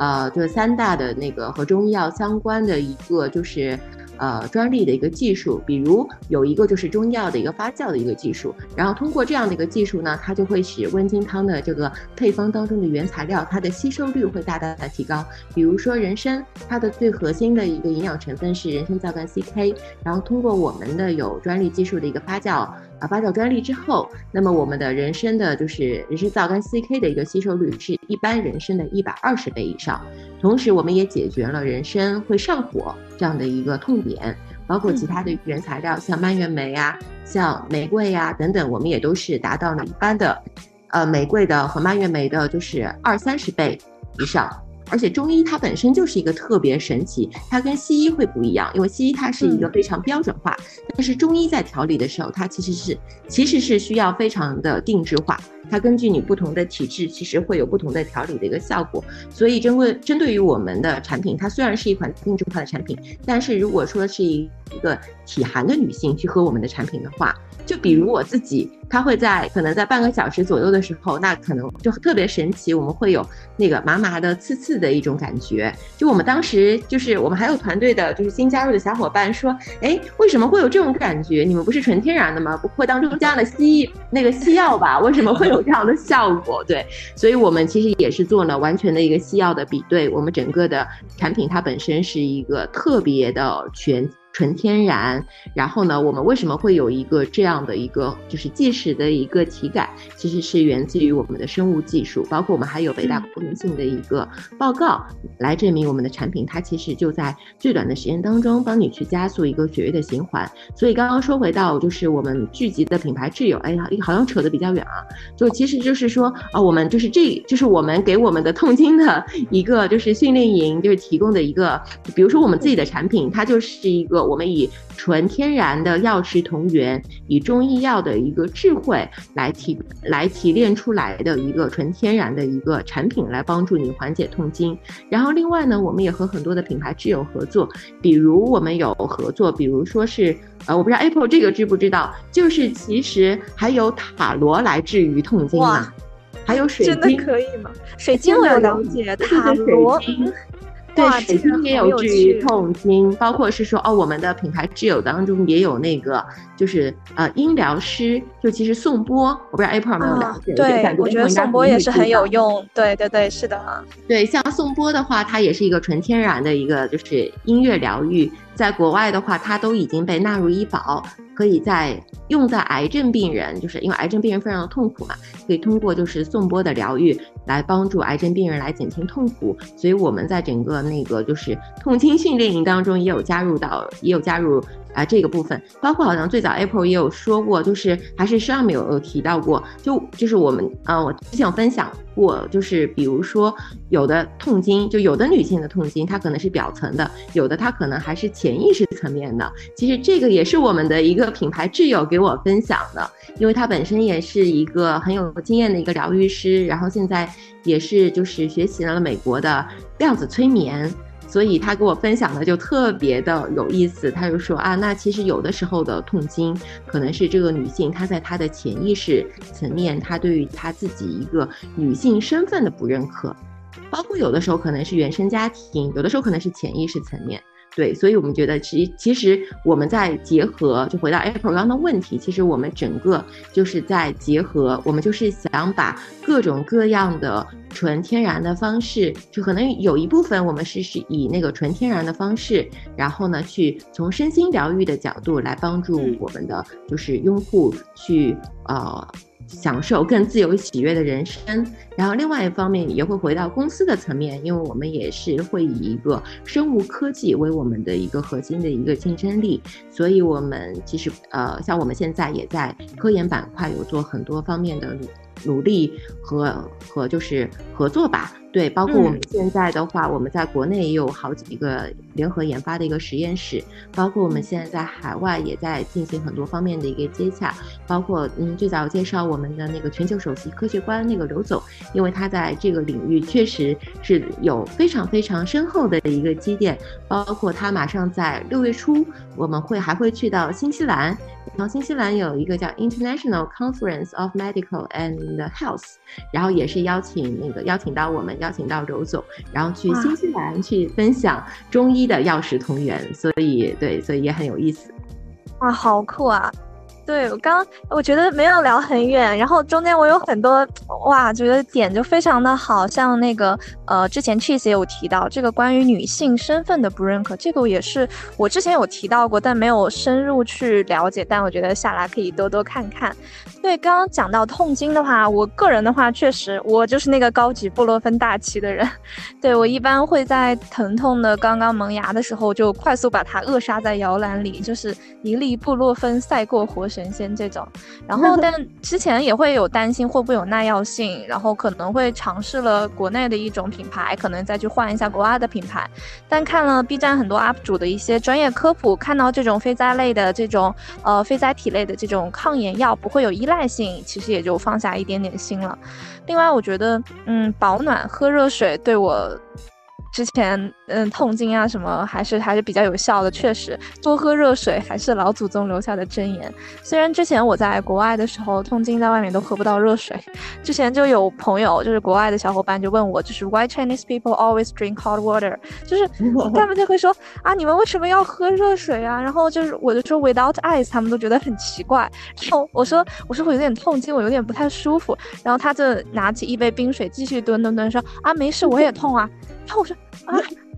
3大的那个和中医药相关的一个就是专利的一个技术，比如有一个就是中药的一个发酵的一个技术，然后通过这样的一个技术呢，它就会使温经汤的这个配方当中的原材料，它的吸收率会大大的提高。比如说人参，它的最核心的一个营养成分是人参皂苷 CK， 然后通过我们的有专利技术的一个发酵专利之后，那么我们的人参的就是人参皂苷 CK 的一个吸收率是一般人参的120倍以上。同时我们也解决了人参会上火这样的一个痛点，包括其他的原材料像蔓越莓啊、像玫瑰啊等等，我们也都是达到了一般的玫瑰的和蔓越莓的就是20-30倍以上。而且中医它本身就是一个特别神奇，它跟西医会不一样，因为西医它是一个非常标准化，但是中医在调理的时候，它其实是需要非常的定制化，它根据你不同的体质，其实会有不同的调理的一个效果。所以针对于我们的产品，它虽然是一款定制化的产品，但是如果说是一个体寒的女性去喝我们的产品的话，就比如我自己，它会可能在半个小时左右的时候，那可能就特别神奇，我们会有那个麻麻的刺刺的一种感觉。就我们当时就是我们还有团队的就是新加入的小伙伴说，为什么会有这种感觉？你们不是纯天然的吗？不会当中加了西药吧？为什么会有这样的效果？对，所以我们其实也是做了完全的一个西药的比对，我们整个的产品它本身是一个特别的纯天然。然后呢，我们为什么会有一个这样的一个就是即时的一个体感，其实是源自于我们的生物技术，包括我们还有北大功能性的一个报告来证明我们的产品它其实就在最短的时间当中帮你去加速一个血液的循环。所以刚刚说回到就是我们聚集的品牌挚友，哎呀，好像扯得比较远啊，就其实就是说啊，我们就是就是我们给我们的痛经的一个就是训练营就是提供的一个，比如说我们自己的产品，它就是一个我们以纯天然的药食同源，以中医药的一个智慧来提炼出来的一个纯天然的一个产品，来帮助你缓解痛经。然后另外呢，我们也和很多的品牌挚友合作，比如我们有合作，比如说是我不知道 Apple 这个知不知道，就是其实还有塔罗来治愈痛经嘛，还有水晶， 真的可以吗？水晶我有了解，塔罗。 对，水晶也有治愈痛经，包括是说我们的品牌挚友当中也有那个就是音疗师，就其实颂钵，我不知道 April 有没有了解？ 对，我觉得颂钵也是很有用。对对对，是的。 对，像颂钵的话，它也是一个纯天然的一个就是音乐疗愈，在国外的话，它都已经被纳入医保，可以用在癌症病人，就是因为癌症病人非常的痛苦嘛，可以通过就是颂钵的疗愈来帮助癌症病人来减轻痛苦。所以我们在整个那个就是痛经训练营当中也有加入这个部分，包括好像最早 April 也有说过，就是还是上面有提到过，就是我们我之前有分享过，就是比如说有的痛经，就有的女性的痛经，它可能是表层的，有的它可能还是潜意识层面的。其实这个也是我们的一个品牌挚友给我分享的，因为他本身也是一个很有经验的一个疗愈师，然后现在也是就是学习了美国的量子催眠。所以他给我分享的就特别的有意思，他就说那其实有的时候的痛经可能是这个女性她在她的潜意识层面，她对于她自己一个女性身份的不认可，包括有的时候可能是原生家庭，有的时候可能是潜意识层面。对，所以我们觉得其实我们在结合，就回到 April 刚刚的问题，其实我们整个就是在结合，我们就是想把各种各样的纯天然的方式，就可能有一部分我们是以那个纯天然的方式，然后呢去从身心疗愈的角度来帮助我们的就是用户去享受更自由喜悦的人生。然后另外一方面也会回到公司的层面，因为我们也是会以一个生物科技为我们的一个核心的一个竞争力，所以我们其实像我们现在也在科研板块有做很多方面的努力和就是合作吧。对，包括我们现在的话，我们在国内也有好几个联合研发的一个实验室，包括我们现在在海外也在进行很多方面的一个接洽，包括最早介绍我们的那个全球首席科学官那个刘总，因为他在这个领域确实是有非常非常深厚的一个积淀，包括他马上在6月初我们还会去到新西兰，然后新西兰有一个叫 International Conference of Medical and Health， 然后也是邀请到刘总，然后去新西兰去分享中医的药食同源，所以也很有意思。 哇，好酷啊！对，我觉得没有聊很远，然后中间我有很多觉得点就非常的好，像那个之前 Cheese 也有提到这个关于女性身份的不认可，这个也是我之前有提到过，但没有深入去了解，但我觉得下来可以多多看看。对，刚刚讲到痛经的话，我个人的话确实我就是那个高级布洛芬大旗的人，对，我一般会在疼痛的刚刚萌芽的时候就快速把它扼杀在摇篮里，就是一粒布洛芬赛过活神仙这种。然后但之前也会有担心会不会有耐药性，然后可能会尝试了国内的一种品牌，可能再去换一下国外的品牌，但看了 B 站很多 UP 主的一些专业科普，看到这种非甾类的这种非甾体类的这种抗炎药不会有依赖性，其实也就放下一点点心了。另外我觉得保暖喝热水对我之前痛经啊什么还是比较有效的，确实多喝热水还是老祖宗留下的箴言。虽然之前我在国外的时候痛经在外面都喝不到热水，之前就有朋友就是国外的小伙伴就问我，就是 Why Chinese people always drink hot water， 就是他们就会说你们为什么要喝热水啊，然后就是我就说 without ice， 他们都觉得很奇怪，然后我说我有点痛经，我有点不太舒服，然后他就拿起一杯冰水继续吨说没事我也痛啊，然后我说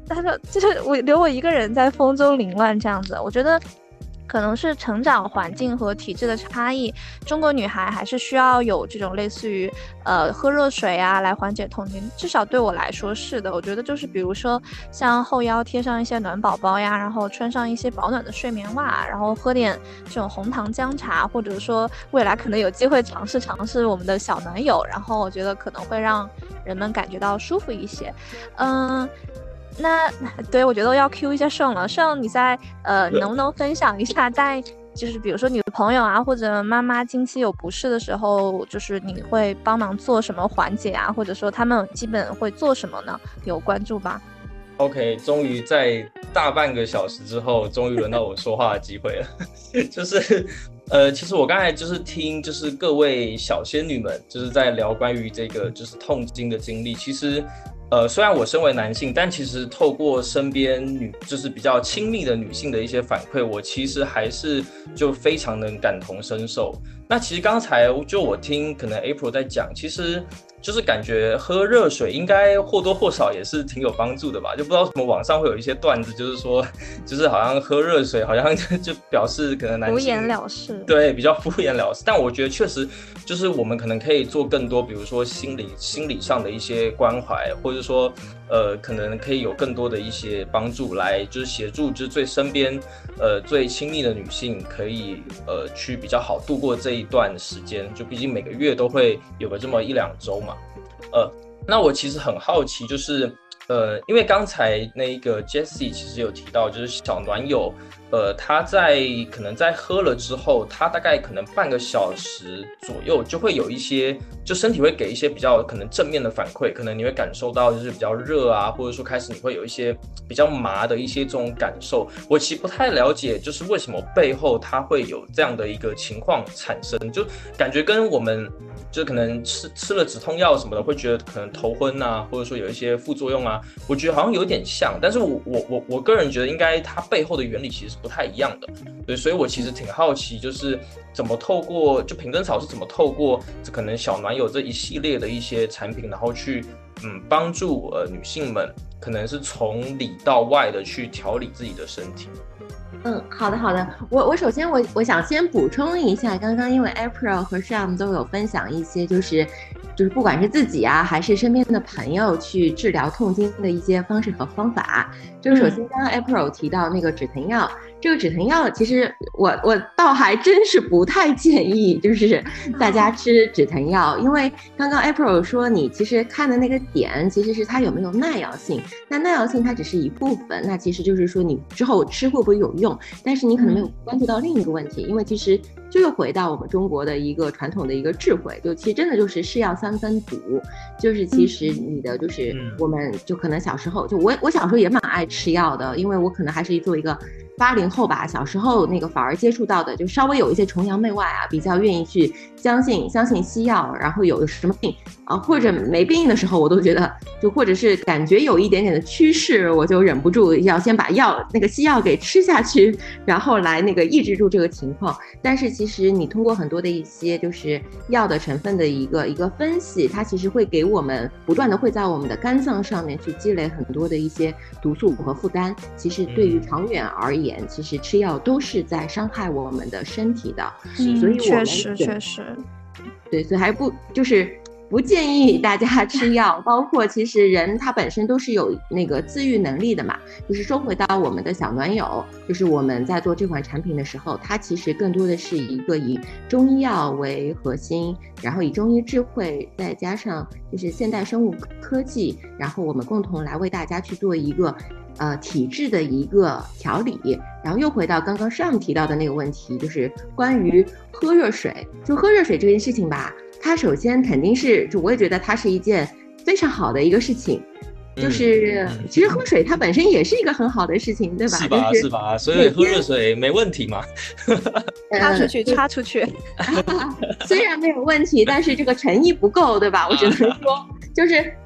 他说就是留我一个人在风中凌乱这样子。我觉得可能是成长环境和体质的差异，中国女孩还是需要有这种类似于喝热水啊来缓解痛经，至少对我来说是的。我觉得就是比如说像后腰贴上一些暖宝宝呀，然后穿上一些保暖的睡眠袜，然后喝点这种红糖姜茶，或者说未来可能有机会尝试我们的小暖友，然后我觉得可能会让人们感觉到舒服一些。那对，我觉得要 Q 一下盛了。盛，你在能不能分享一下，在就是比如说你的朋友啊，或者妈妈经期有不适的时候，就是你会帮忙做什么缓解啊，或者说他们基本会做什么呢？有关注吧？ OK， 终于在大半个小时之后，终于轮到我说话的机会了。就是其实我刚才就是听，就是各位小仙女们就是在聊关于这个就是痛经的经历。其实虽然我身为男性，但其实透过身边就是比较亲密的女性的一些反馈，我其实还是就非常能感同身受。那其实刚才就我听可能 April 在讲，其实就是感觉喝热水应该或多或少也是挺有帮助的吧，就不知道什么网上会有一些段子，就是说就是好像喝热水好像就表示可能男性敷衍了事， 对，比较敷衍了事。但我觉得确实就是我们可能可以做更多，比如说心理上的一些关怀，或者说可能可以有更多的一些帮助来就是协助就是最身边最亲密的女性可以去比较好度过这一段时间，就毕竟每个月都会有个这么1-2周嘛。那我其实很好奇，就是因为刚才那个 Jessie 其实有提到，就是小暖友，他可能在喝了之后，他大概可能半个小时左右就会有一些，就身体会给一些比较可能正面的反馈，可能你会感受到就是比较热啊，或者说开始你会有一些比较麻的一些这种感受。我其实不太了解，就是为什么背后它会有这样的一个情况产生，就感觉跟我们就可能吃了止痛药什么的，会觉得可能头昏啊，或者说有一些副作用啊，我觉得好像有点像，但是我个人觉得应该它背后的原理其实是不太一样的，对，所以我其实挺好奇，就是怎么透过就品根草是怎么透过可能小暖友这一系列的一些产品，然后去帮助女性们可能是从里到外的去调理自己的身体。 好的，我首先我想先补充一下，刚刚因为 April 和 Sam 都有分享一些就是不管是自己啊还是身边的朋友去治疗痛经的一些方式和方法。就是首先刚刚 April 提到那个止疼药，这个止疼药其实我倒还真是不太建议就是大家吃止疼药，因为刚刚 April 说你其实看的那个点其实是它有没有耐药性，那耐药性它只是一部分，那其实就是说你之后吃会不会有用，但是你可能没有关注到另一个问题，因为其实就又回到我们中国的一个传统的一个智慧，就其实真的就是是药3分毒，就是其实你的就是我们就可能小时候就我小时候也蛮爱吃药的，因为我可能还是做一个80后吧，小时候那个反而接触到的就稍微有一些崇洋媚外啊，比较愿意去相信西药，然后有什么病啊或者没病的时候，我都觉得就或者是感觉有一点点的趋势，我就忍不住要先把那个西药给吃下去，然后来那个抑制住这个情况。但是其实你通过很多的一些就是药的成分的一个分析，它其实会给我们不断的会在我们的肝脏上面去积累很多的一些毒素和负担，其实对于长远而言，其实吃药都是在伤害我们的身体的。所以我们确实对，所以还不建议大家吃药，包括其实人他本身都是有那个自愈能力的嘛。就是说回到我们的小暖友，就是我们在做这款产品的时候，它其实更多的是一个以中医药为核心，然后以中医智慧再加上就是现代生物科技，然后我们共同来为大家去做一个体质的一个调理。然后又回到刚刚上提到的那个问题，就是关于喝热水。就喝热水这件事情吧，它首先肯定是我也觉得它是一件非常好的一个事情，就是其实喝水它本身也是一个很好的事情，对吧？ 是吧？是吧？所以喝热水没问题嘛？ 插出去虽然没有问题，但是这个诚意不够，对吧？我只能说就是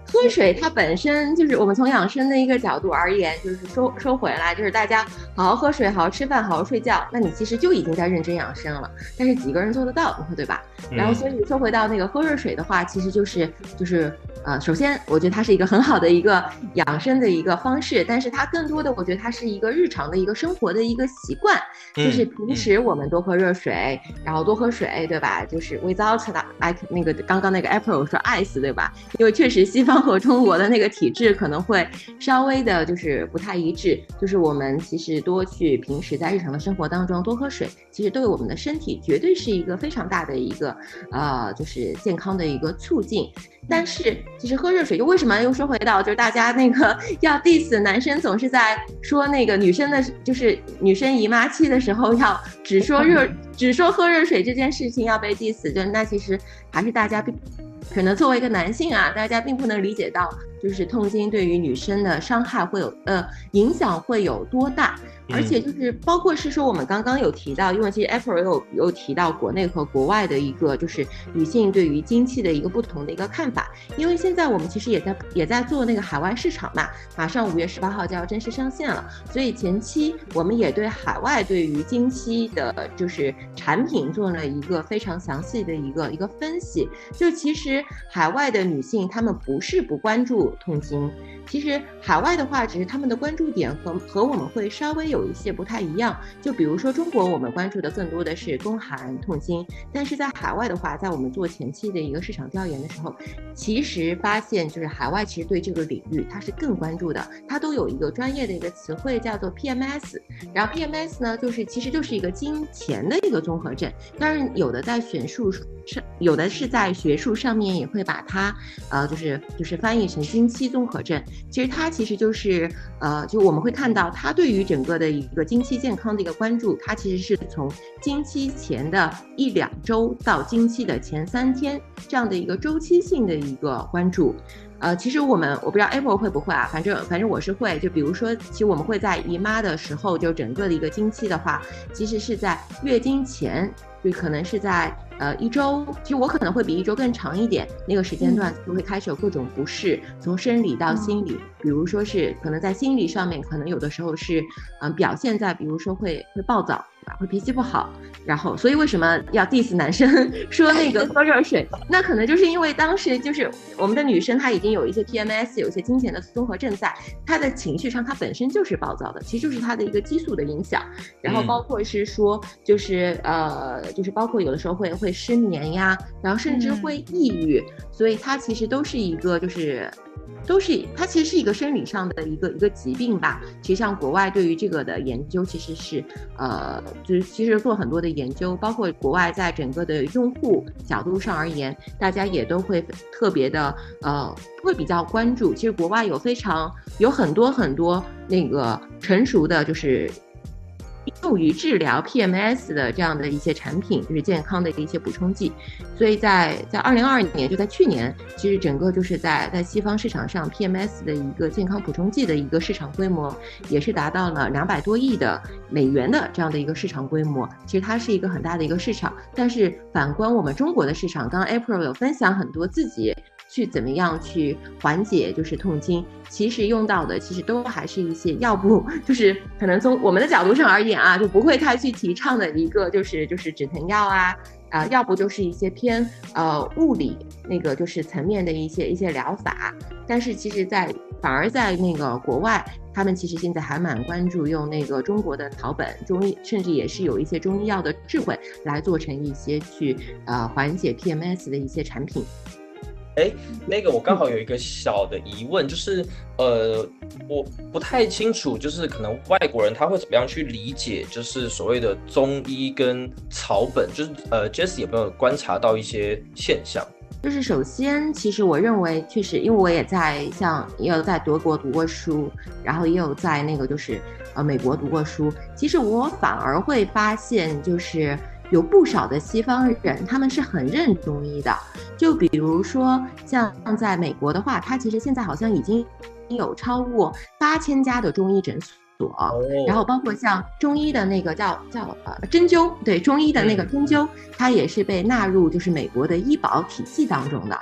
喝水它本身就是我们从养生的一个角度而言，就是说回来，就是大家好好喝水，好好吃饭，好好睡觉，那你其实就已经在认真养生了。但是几个人做得到，对吧？然后所以说回到那个喝热水的话，其实就是首先我觉得它是一个很好的一个养生的一个方式，但是它更多的我觉得它是一个日常的一个生活的一个习惯，就是平时我们多喝热水，然后多喝水，对吧？就是 without like 那个刚刚那个 April 说 ice， 对吧？因为确实西方和中国的那个体质可能会稍微的就是不太一致，就是我们其实多去平时在日常的生活当中多喝水，其实对我们的身体绝对是一个非常大的一个就是健康的一个促进。但是其实喝热水，就为什么又说回到就是大家那个要 diss 男生总是在说那个女生的，就是女生姨妈期的时候要只说喝热水这件事情要被 diss， 就那其实还是大家可能作为一个男性啊，大家并不能理解到就是痛经对于女生的伤害会有影响会有多大。而且就是包括是说我们刚刚有提到，因为其实 April 有提到国内和国外的一个就是女性对于经期的一个不同的一个看法，因为现在我们其实也在做那个海外市场嘛，马上5月18号就要正式上线了，所以前期我们也对海外对于经期的就是产品做了一个非常详细的一个分析。就其实海外的女性她们不是不关注痛经，其实海外的话只是他们的关注点和我们会稍微有一些不太一样。就比如说中国我们关注的更多的是宫寒痛经，但是在海外的话，在我们做前期的一个市场调研的时候，其实发现就是海外其实对这个领域它是更关注的，它都有一个专业的一个词汇叫做 PMS， 然后 PMS 呢其实就是一个经前的一个综合症，当然有的是在学术上面也会把它就是翻译成经期综合症。其实它其实就是就我们会看到它对于整个的一个经期健康的一个关注，它其实是从经期前的1-2周到经期的前3天这样的一个周期性的一个关注。其实我不知道 April 会不会啊，反正我是会。就比如说，其实我们会在姨妈的时候，就整个的一个经期的话，其实是在月经前，就可能是在1周，其实我可能会比1周更长一点，那个时间段就会开始有各种不适，从生理到心理，比如说是可能在心理上面，可能有的时候是表现在比如说会暴躁，会脾气不好，然后所以为什么要 diss 男生说那个喝热水？那可能就是因为当时就是我们的女生她已经有一些 PMS， 有一些经前的综合症在，她的情绪上她本身就是暴躁的，其实就是她的一个激素的影响，然后包括是说就是包括有的时候会失眠呀，然后甚至会抑郁，所以它其实都是一个它其实是一个生理上的一个疾病吧。其实像国外对于这个的研究其实是就是其实做很多的研究，包括国外在整个的用户角度上而言，大家也都会特别的会比较关注。其实国外有很多那个成熟的就是用于治疗 PMS 的这样的一些产品，就是健康的一些补充剂。所以在2022年，就在去年，其实整个就是在西方市场上 PMS 的一个健康补充剂的一个市场规模也是达到了200多亿的美元的这样的一个市场规模。其实它是一个很大的一个市场，但是反观我们中国的市场，刚刚 April 有分享很多自己去怎么样去缓解就是痛经，其实用到的其实都还是一些要不就是可能从我们的角度上而言啊，就不会太去提倡的一个就是止疼药啊，要不就是一些偏物理那个就是层面的一些疗法。但是其实反而在那个国外，他们其实现在还蛮关注用那个中国的草本中医，甚至也是有一些中医药的智慧来做成一些去缓解 PMS 的一些产品。 那个我刚好有一个小的疑问，就是我不太清楚，就是可能外国人他会怎么样去理解，就是所谓的中医跟草本，就是Jessie 有没有观察到一些现象？ 就是首先，其实我认为确实，因为我也有在德国读过书，然后也有在那个就是美国读过书。其实我反而会发现，就是有不少的西方人他们是很认中医的。就比如说像在美国的话，它其实现在好像已经有超过8000家的中医诊所，然后包括像中医的那个叫针灸，对，中医的那个针灸，它也是被纳入就是美国的医保体系当中的。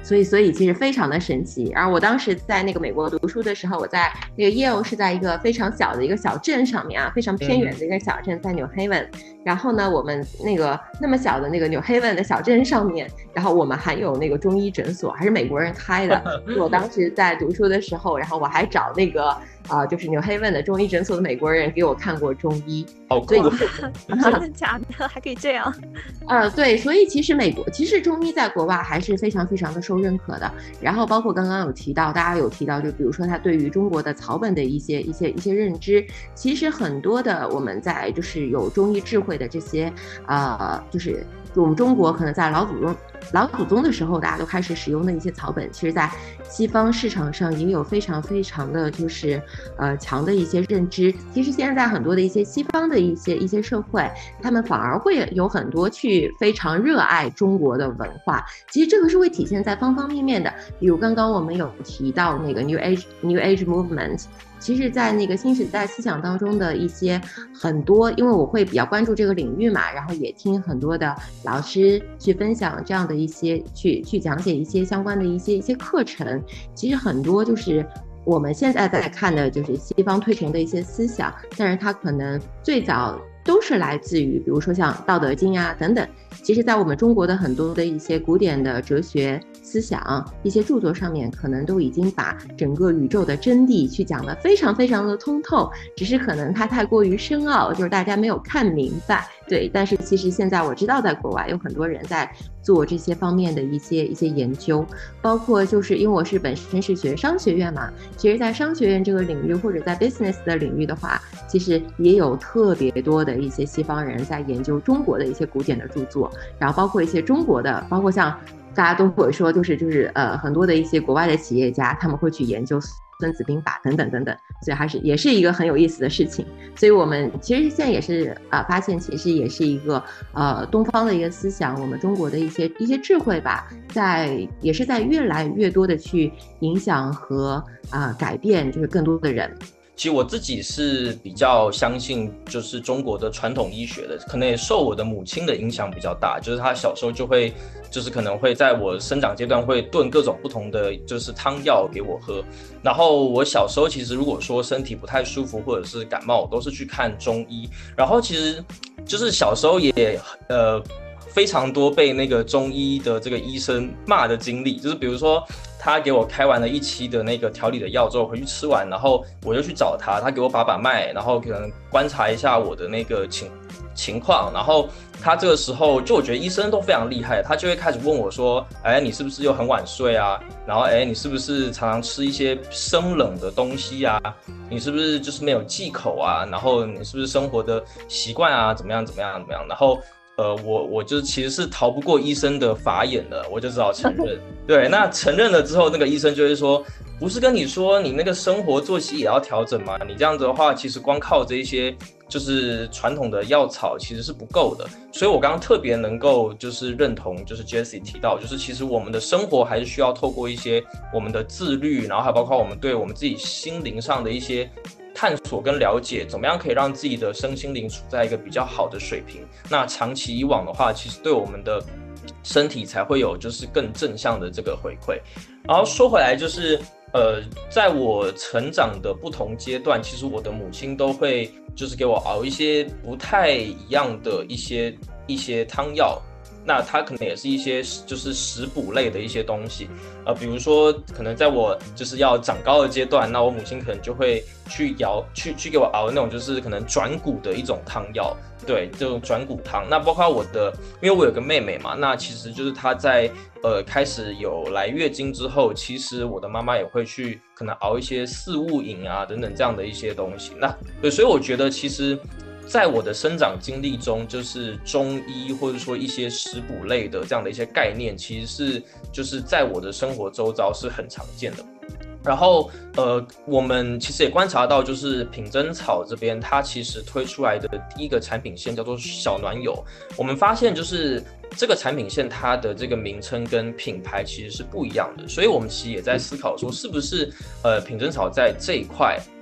所以其实非常的神奇。然后我当时在那个美国读书的时候，我在那个 Yale 是在一个非常小的一个小镇上面啊，非常偏远的一个小镇，在 New Haven。然后呢，我们那么小的那个 New Haven 的小镇上面，然后我们还有那个中医诊所，还是美国人开的。我当时在读书的时候，然后我还找那个就是 New Haven 的中医诊所的美国人给我看过中医。 好酷！ 真的假的？还可以这样？ 对，所以其实中医在国外还是非常非常的受认可的。然后包括刚刚大家有提到，就比如说他对于中国的草本的一些认知，其实很多的我们在就是有中医智慧的这些就是我们中国可能在老祖宗的时候，大家都开始使用的一些草本，其实在西方市场上也有非常非常的就是强的一些认知。其实现在很多的一些西方的一些社会，他们反而会有很多去非常热爱中国的文化。其实这个是会体现在方方面面的，比如刚刚我们有提到那个 New Age Movement。其实在那个新时代思想当中的一些很多，因为我会比较关注这个领域嘛，然后也听很多的老师去分享这样的一些去讲解一些相关的一些课程。其实很多就是我们现在在看的就是西方推崇的一些思想，但是它可能最早都是来自于比如说像《道德经》啊等等。其实在我们中国的很多的一些古典的哲学思想一些著作上面，可能都已经把整个宇宙的真谛去讲得非常非常的通透，只是可能它太过于深奥，就是大家没有看明白。对，但是其实现在我知道在国外有很多人在做这些方面的一些研究，包括就是因为我是本身是学商学院嘛，其实在商学院这个领域或者在 business 的领域的话，其实也有特别多的一些西方人在研究中国的一些古典的著作，然后包括一些中国的，包括像大家都会说就是很多的一些国外的企业家，他们会去研究孙子兵法等等等等，所以也是一个很有意思的事情。所以我们其实现在也是发现，其实也是一个东方的一个思想，我们中国的一些智慧吧，也是在越来越多的去影响和改变，就是更多的人。 其实我自己是比较相信就是中国的传统医学的，可能也受我的母亲的影响比较大，就是她小时候就会就是可能会在我生长阶段会炖各种不同的就是汤药给我喝，然后我小时候其实如果说身体不太舒服或者是感冒，我都是去看中医，然后其实就是小时候也非常多被那个中医的这个医生骂的经历，就是比如说他给我开完了1期的那个调理的药之后回去吃完，然后我就去找他，他给我把脉，然后可能观察一下我的那个情况，然后他这个时候就我觉得医生都非常厉害，他就会开始问我说，你是不是又很晚睡啊？然后你是不是常常吃一些生冷的东西啊？你是不是就是没有忌口啊？然后你是不是生活的习惯啊怎么样？然后我就其实是逃不过医生的法眼的，我就只好承认。对，那承认了之后，那个医生就会说，不是跟你说你那个生活作息也要调整吗？你这样子的话，其实光靠这一些就是传统的药草其实是不够的。所以我刚刚特别能够就是认同，就是 Jessie 提到，就是其实我们的生活还是需要透过一些我们的自律，然后还包括我们对我们自己心灵上的一些探索跟了解，怎么样可以让自己的身心灵处在一个比较好的水平。那长期以往的话，其实对我们的身体才会有就是更正向的这个回馈。然后说回来，就是在我成长的不同阶段，其实我的母亲都会就是给我熬一些不太一样的一些汤药。那它可能也是一些就是食补类的一些东西，比如说可能在我就是要长高的阶段，那我母亲可能就会去给我熬那种就是可能转骨的一种汤药，对，这种转骨汤。那包括因为我有个妹妹嘛，那其实就是她在开始有来月经之后，其实我的妈妈也会去可能熬一些四物饮啊等等这样的一些东西。那对，所以我觉得其实在我的生长经历中，就是中医或者说一些食补类的这样的一些概念，其实是就是在我的生活周遭是很常见的。然后我们其实也观察到，就是品珍草这边它其实推出来的第一个产品线叫做小暖友。我们发现就是这个产品线它的这个名称跟品牌其实是不一样的，所以我们其实也在思考说，是不是品珍草在这一块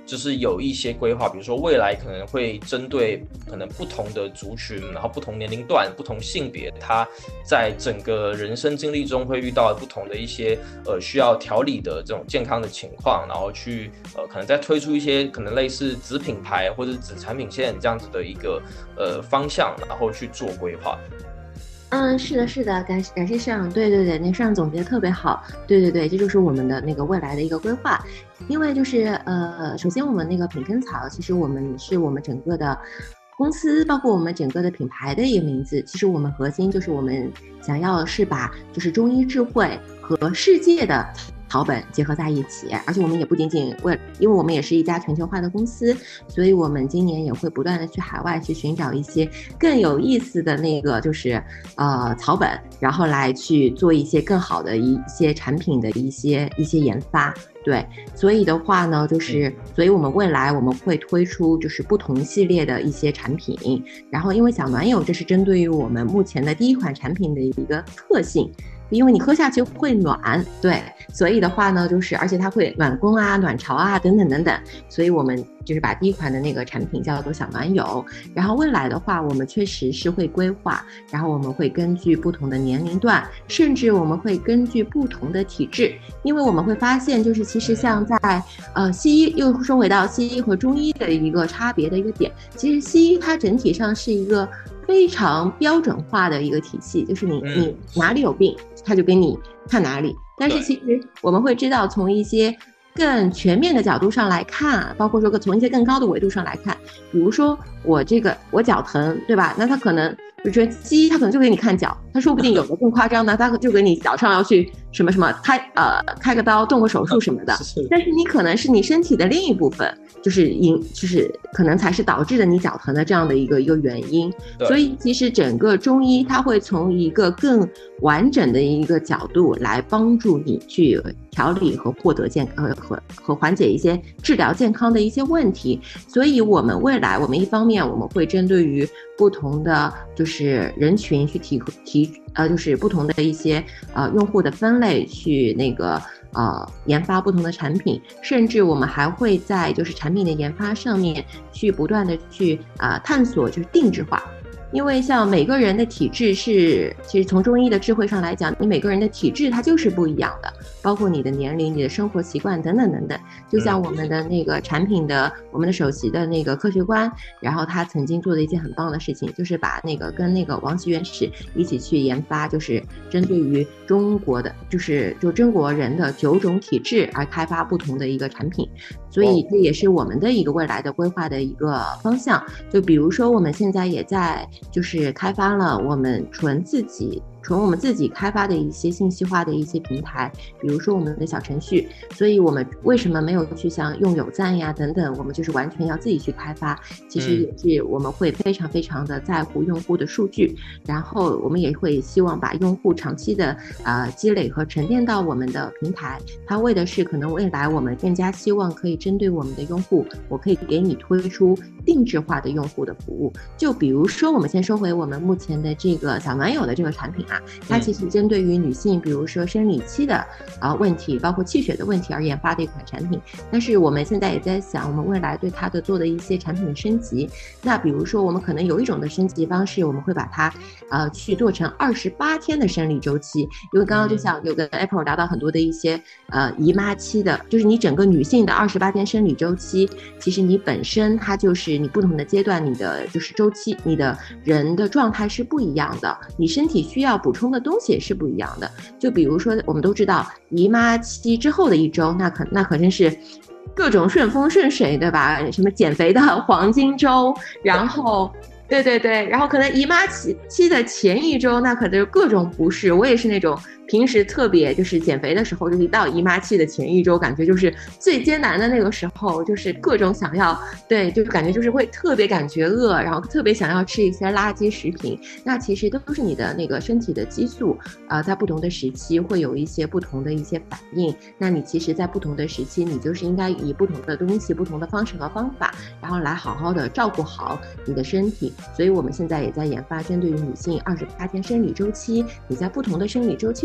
就是有一些规划，比如说未来可能会针对可能不同的族群，然后不同年龄段、不同性别，他在整个人生经历中会遇到不同的一些需要调理的这种健康的情况，然后去可能再推出一些可能类似子品牌或者子产品线这样子的一个方向，然后去做规划。 是的，是的，感谢社长，对，那社长总结得特别好，对，这就是我们的那个未来的一个规划。因为就是首先我们那个品根草，其实我们是我们整个的公司，包括我们整个的品牌的一个名字。其实我们核心就是我们想要是把就是中医智慧和世界的草本结合在一起，而且我们也不仅仅因为我们也是一家全球化的公司，所以我们今年也会不断的去海外去寻找一些更有意思的那个就是草本，然后来去做一些更好的一些产品的一些研发。对，所以的话呢，就是所以我们未来我们会推出就是不同系列的一些产品，然后因为小暖友这是针对于我们目前的第一款产品的一个特性。因为你喝下去会暖，对，所以的话呢，就是而且它会暖宫啊、暖巢啊等等，所以我们就是把第一款的那个产品叫做小暖友。然后未来的话，我们确实是会规划，然后我们会根据不同的年龄段，甚至我们会根据不同的体质，因为我们会发现，就是其实像在西医，又说回到西医和中医的一个差别的一个点，其实西医它整体上是一个非常标准化的一个体系，就是你哪里有病，他就给你看哪里。但是其实我们会知道，从一些更全面的角度上来看，包括说从一些更高的维度上来看，比如说我脚疼，对吧？那他可能就觉得西医他可能就给你看脚，他说不定有的更夸张的，他就给你脚上要去什么开个刀、动个手术什么的。但是你可能是你身体的另一部分，就是可能才是导致的你脚疼的这样的一个原因。所以其实整个中医它会从一个更完整的一个角度来帮助你去调理和获得和缓解一些治疗健康的一些问题。所以我们未来我们一方面我们会针对于不同的就是人群去就是不同的一些用户的分类去那个研发不同的产品，甚至我们还会在就是产品的研发上面去不断的去探索就是定制化。因为像每个人的体质其实从中医的智慧上来讲，你每个人的体质它就是不一样的，包括你的年龄、你的生活习惯等等。就像我们的那个产品的我们的首席的那个科学官，然后他曾经做的一件很棒的事情，就是把跟那个王琦院士一起去研发，就是针对于中国的就中国人的9种体质而开发不同的一个产品。所以这也是我们的一个未来的规划的一个方向。就比如说我们现在也在就是开发了我们纯我们自己开发的一些信息化的一些平台，比如说我们的小程序。所以我们为什么没有去像用有赞呀等等，我们就是完全要自己去开发。其实也是我们会非常非常的在乎用户的数据，然后我们也会希望把用户长期的积累和沉淀到我们的平台。它为的是可能未来我们更加希望可以针对我们的用户，我可以给你推出定制化的用户的服务。就比如说我们先说回我们目前的这个小暖友的这个产品它其实针对于女性比如说生理期的问题，包括气血的问题而研发的一款产品。但是我们现在也在想我们未来对它的做的一些产品的升级。那比如说我们可能有一种的升级方式，我们会把它去做成28天的生理周期。因为刚刚就像有跟 April 聊到很多的一些姨妈期的，就是你整个女性的28天生理周期，其实你本身它就是你不同的阶段，你的就是周期，你的人的状态是不一样的，你身体需要补充的东西也是不一样的。就比如说我们都知道姨妈期之后的1周，那可真是各种顺风顺水，对吧？什么减肥的黄金周，然后对，然后可能姨妈期的前1周，那可能各种不适。我也是那种平时特别就是减肥的时候，就是一到姨妈期的前1周，感觉就是最艰难的那个时候，就是各种想要就是感觉就是会特别感觉饿，然后特别想要吃一些垃圾食品。那其实都是你的那个身体的激素在不同的时期会有一些不同的一些反应。那你其实在不同的时期，你就是应该以不同的东西、不同的方式和方法，然后来好好的照顾好你的身体。所以我们现在也在研发针对于女性28天生理周期，你在不同的生理周期的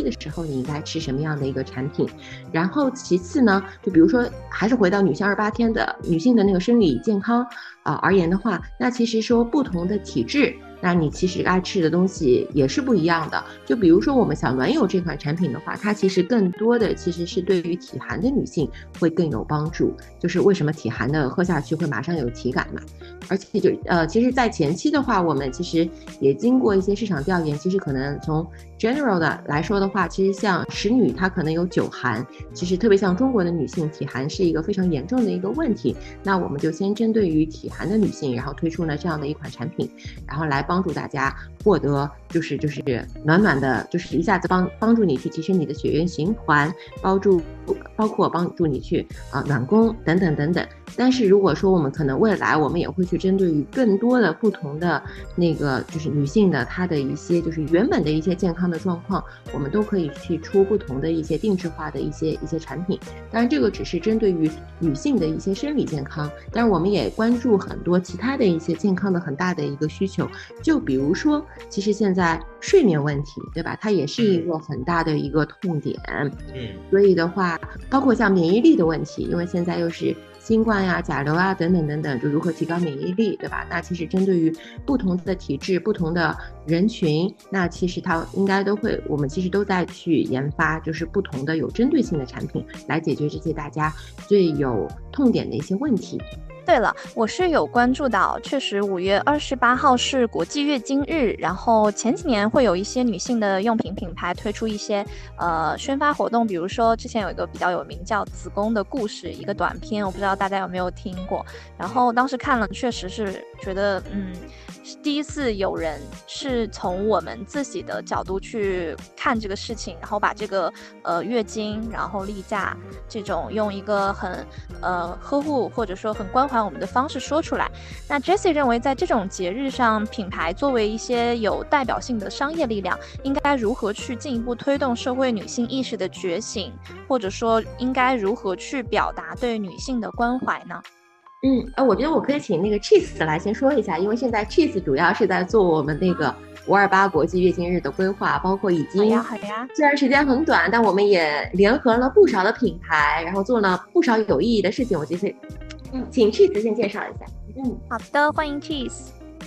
的时候你应该吃什么样的一个产品。然后其次呢，就比如说还是回到女性28天的女性的那个生理健康而言的话，那其实说不同的体质，那你其实爱吃的东西也是不一样的。就比如说我们小暖友这款产品的话，它其实更多的其实是对于体寒的女性会更有帮助。就是为什么体寒的喝下去会马上有体感嘛？而且其实在前期的话，我们其实也经过一些市场调研，其实可能从 general 的来说的话，其实像10女她可能有9寒，其实特别像中国的女性体寒是一个非常严重的一个问题。那我们就先针对于体寒的女性，然后推出了这样的一款产品，然后来帮助大家获得就是暖暖的，就是一下子帮助你去提升你的血液循环，包括帮助你去暖宫等等等等。但是如果说我们可能未来我们也会去针对于更多的不同的那个就是女性的她的一些就是原本的一些健康的状况，我们都可以去出不同的一些定制化的一些产品。当然这个只是针对于女性的一些生理健康，但是我们也关注很多其他的一些健康的很大的一个需求。就比如说其实现在睡眠问题，对吧，它也是一个很大的一个痛点。所以的话包括像免疫力的问题，因为现在又是新冠呀、甲流啊等等等等，就如何提高免疫力，对吧？那其实针对于不同的体质、不同的人群，那其实它应该都会，我们其实都在去研发，就是不同的有针对性的产品，来解决这些大家最有痛点的一些问题。 对了，我是有关注到，确实5月28号是国际月经日，然后前几年会有一些女性的用品品牌推出一些宣发活动，比如说之前有一个比较有名叫《子宫的故事》一个短片，我不知道大家有没有听过，然后当时看了确实是觉得第一次有人是从我们自己的角度去看这个事情，然后把这个月经然后例假这种用一个很呵护或者说很关怀我们的方式说出来。那 Jessie 认为在这种节日上，品牌作为一些有代表性的商业力量，应该如何去进一步推动社会女性意识的觉醒，或者说应该如何去表达对女性的关怀呢？ 我觉得我可以请那个 Cheese 来先说一下，因为现在 Cheese 主要是在做我们那个528国际月经日的规划，包括已经好呀虽然时间很短，但我们也联合了不少的品牌，然后做了不少有意义的事情。我觉得请 Cheese 先介绍一下。 好的，欢迎 Cheese。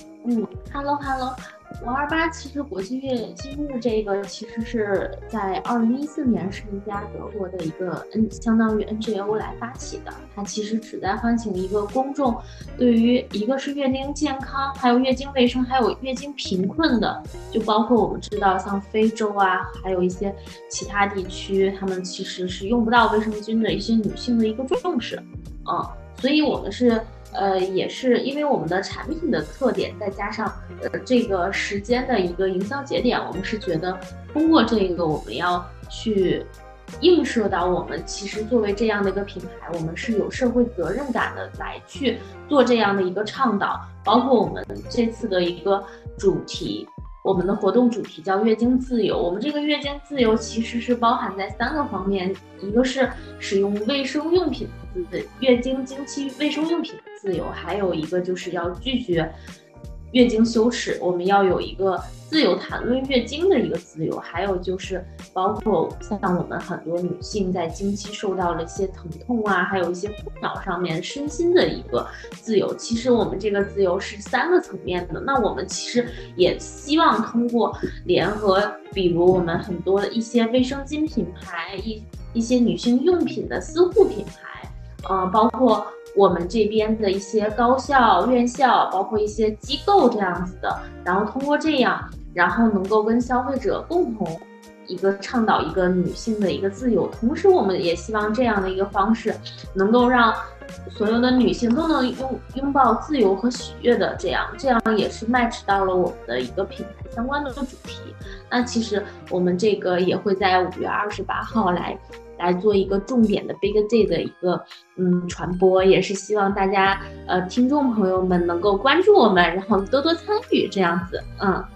Hello。528其实国际月经日这个其实是在2014年是一家德国的一个相当于 NGO 来发起的，它其实旨在唤醒一个公众对于一个是月经健康，还有月经卫生，还有月经贫困的，就包括我们知道像非洲啊，还有一些其他地区，他们其实是用不到卫生巾的一些女性的一个重视所以我们是也是因为我们的产品的特点，再加上这个时间的一个营销节点，我们是觉得通过这个我们要去映射到我们其实作为这样的一个品牌，我们是有社会责任感的来去做这样的一个倡导。包括我们这次的一个主题，我们的活动主题叫月经自由。我们这个月经自由其实是包含在3个方面，一个是使用卫生用品月经经期卫生用品的自由，还有一个就是要拒绝月经羞耻，我们要有一个自由谈论月经的一个自由，还有就是包括像我们很多女性在经期受到了一些疼痛啊，还有一些困扰上面身心的一个自由。其实我们这个自由是3个层面的，那我们其实也希望通过联合比如我们很多的一些卫生巾品牌，一些女性用品的私护品牌，包括我们这边的一些高校、院校，包括一些机构这样子的，然后通过这样，然后能够跟消费者共同一个倡导一个女性的一个自由，同时我们也希望这样的一个方式能够让所有的女性都能拥抱自由和喜悦的这样也是 match 到了我们的一个品牌相关的主题。那其实我们这个也会在5月28号来做一个重点的 Big Day 的一个传播，也是希望大家听众朋友们能够关注我们，然后多多参与这样子。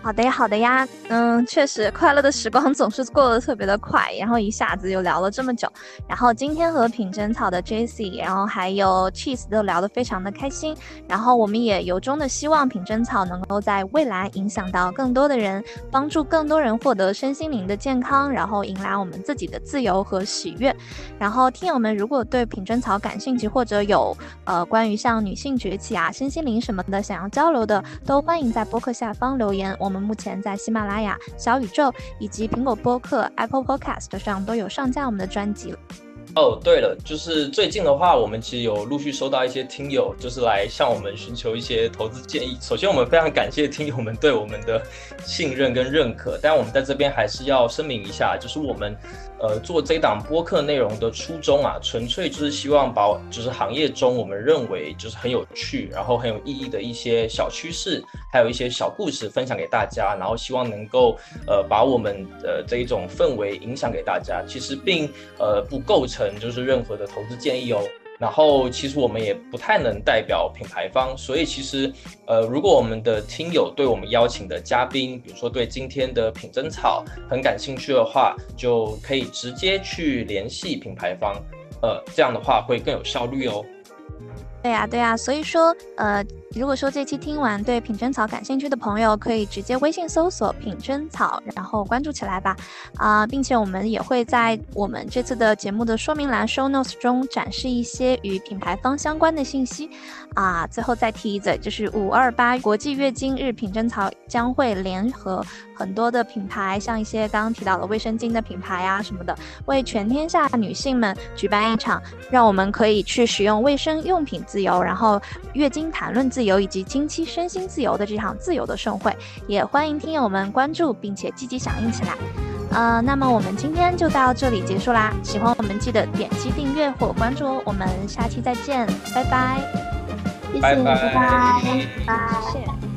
好的呀，好的呀，确实，快乐的时光总是过得特别的快，然后一下子又聊了这么久，然后今天和品珍草的 JC， 然后还有 Cheese 都聊得非常的开心，然后我们也由衷的希望品珍草能够在未来影响到更多的人，帮助更多人获得身心灵的健康，然后迎来我们自己的自由和喜悦。然后听友们如果对品珍草感兴趣，或者有关于像女性崛起啊、身心灵什么的想要交流的，都欢迎在播客下方留言。我们目前在喜马拉雅、小宇宙以及苹果播客 Apple Podcast 上都有上架我们的专辑了。 哦，对了，就是最近的话，我们其实有陆续收到一些听友，就是来向我们寻求一些投资建议。首先，我们非常感谢听友们对我们的信任跟认可，但我们在这边还是要声明一下，就是我们做这档播客内容的初衷啊，纯粹就是希望把就是行业中我们认为就是很有趣，然后很有意义的一些小趋势，还有一些小故事分享给大家，然后希望能够把我们的这一种氛围影响给大家。其实并不构成就是任何的投资建议哦。然后其实我们也不太能代表品牌方，所以其实如果我们的听友对我们邀请的嘉宾，比如说对今天的品珍草很感兴趣的话，就可以直接去联系品牌方，这样的话会更有效率哦。 对呀，所以说如果说这期听完对品珍草感兴趣的朋友，可以直接微信搜索品珍草，然后关注起来吧。并且我们也会在我们这次的节目的说明栏 show notes 中展示一些与品牌方相关的信息。最后再提一嘴，就是528国际月经日，品珍草将会联合很多的品牌，像一些刚刚提到的卫生巾的品牌啊什么的，为全天下女性们举办一场让我们可以去使用卫生用品自由，然后月经谈论自由以及经期身心自由的这场自由的盛会，也欢迎听友们关注并且积极响应起来。那么我们今天就到这里结束啦，喜欢我们记得点击订阅或关注哦，我们下期再见，拜拜， 拜拜， 拜拜，谢谢。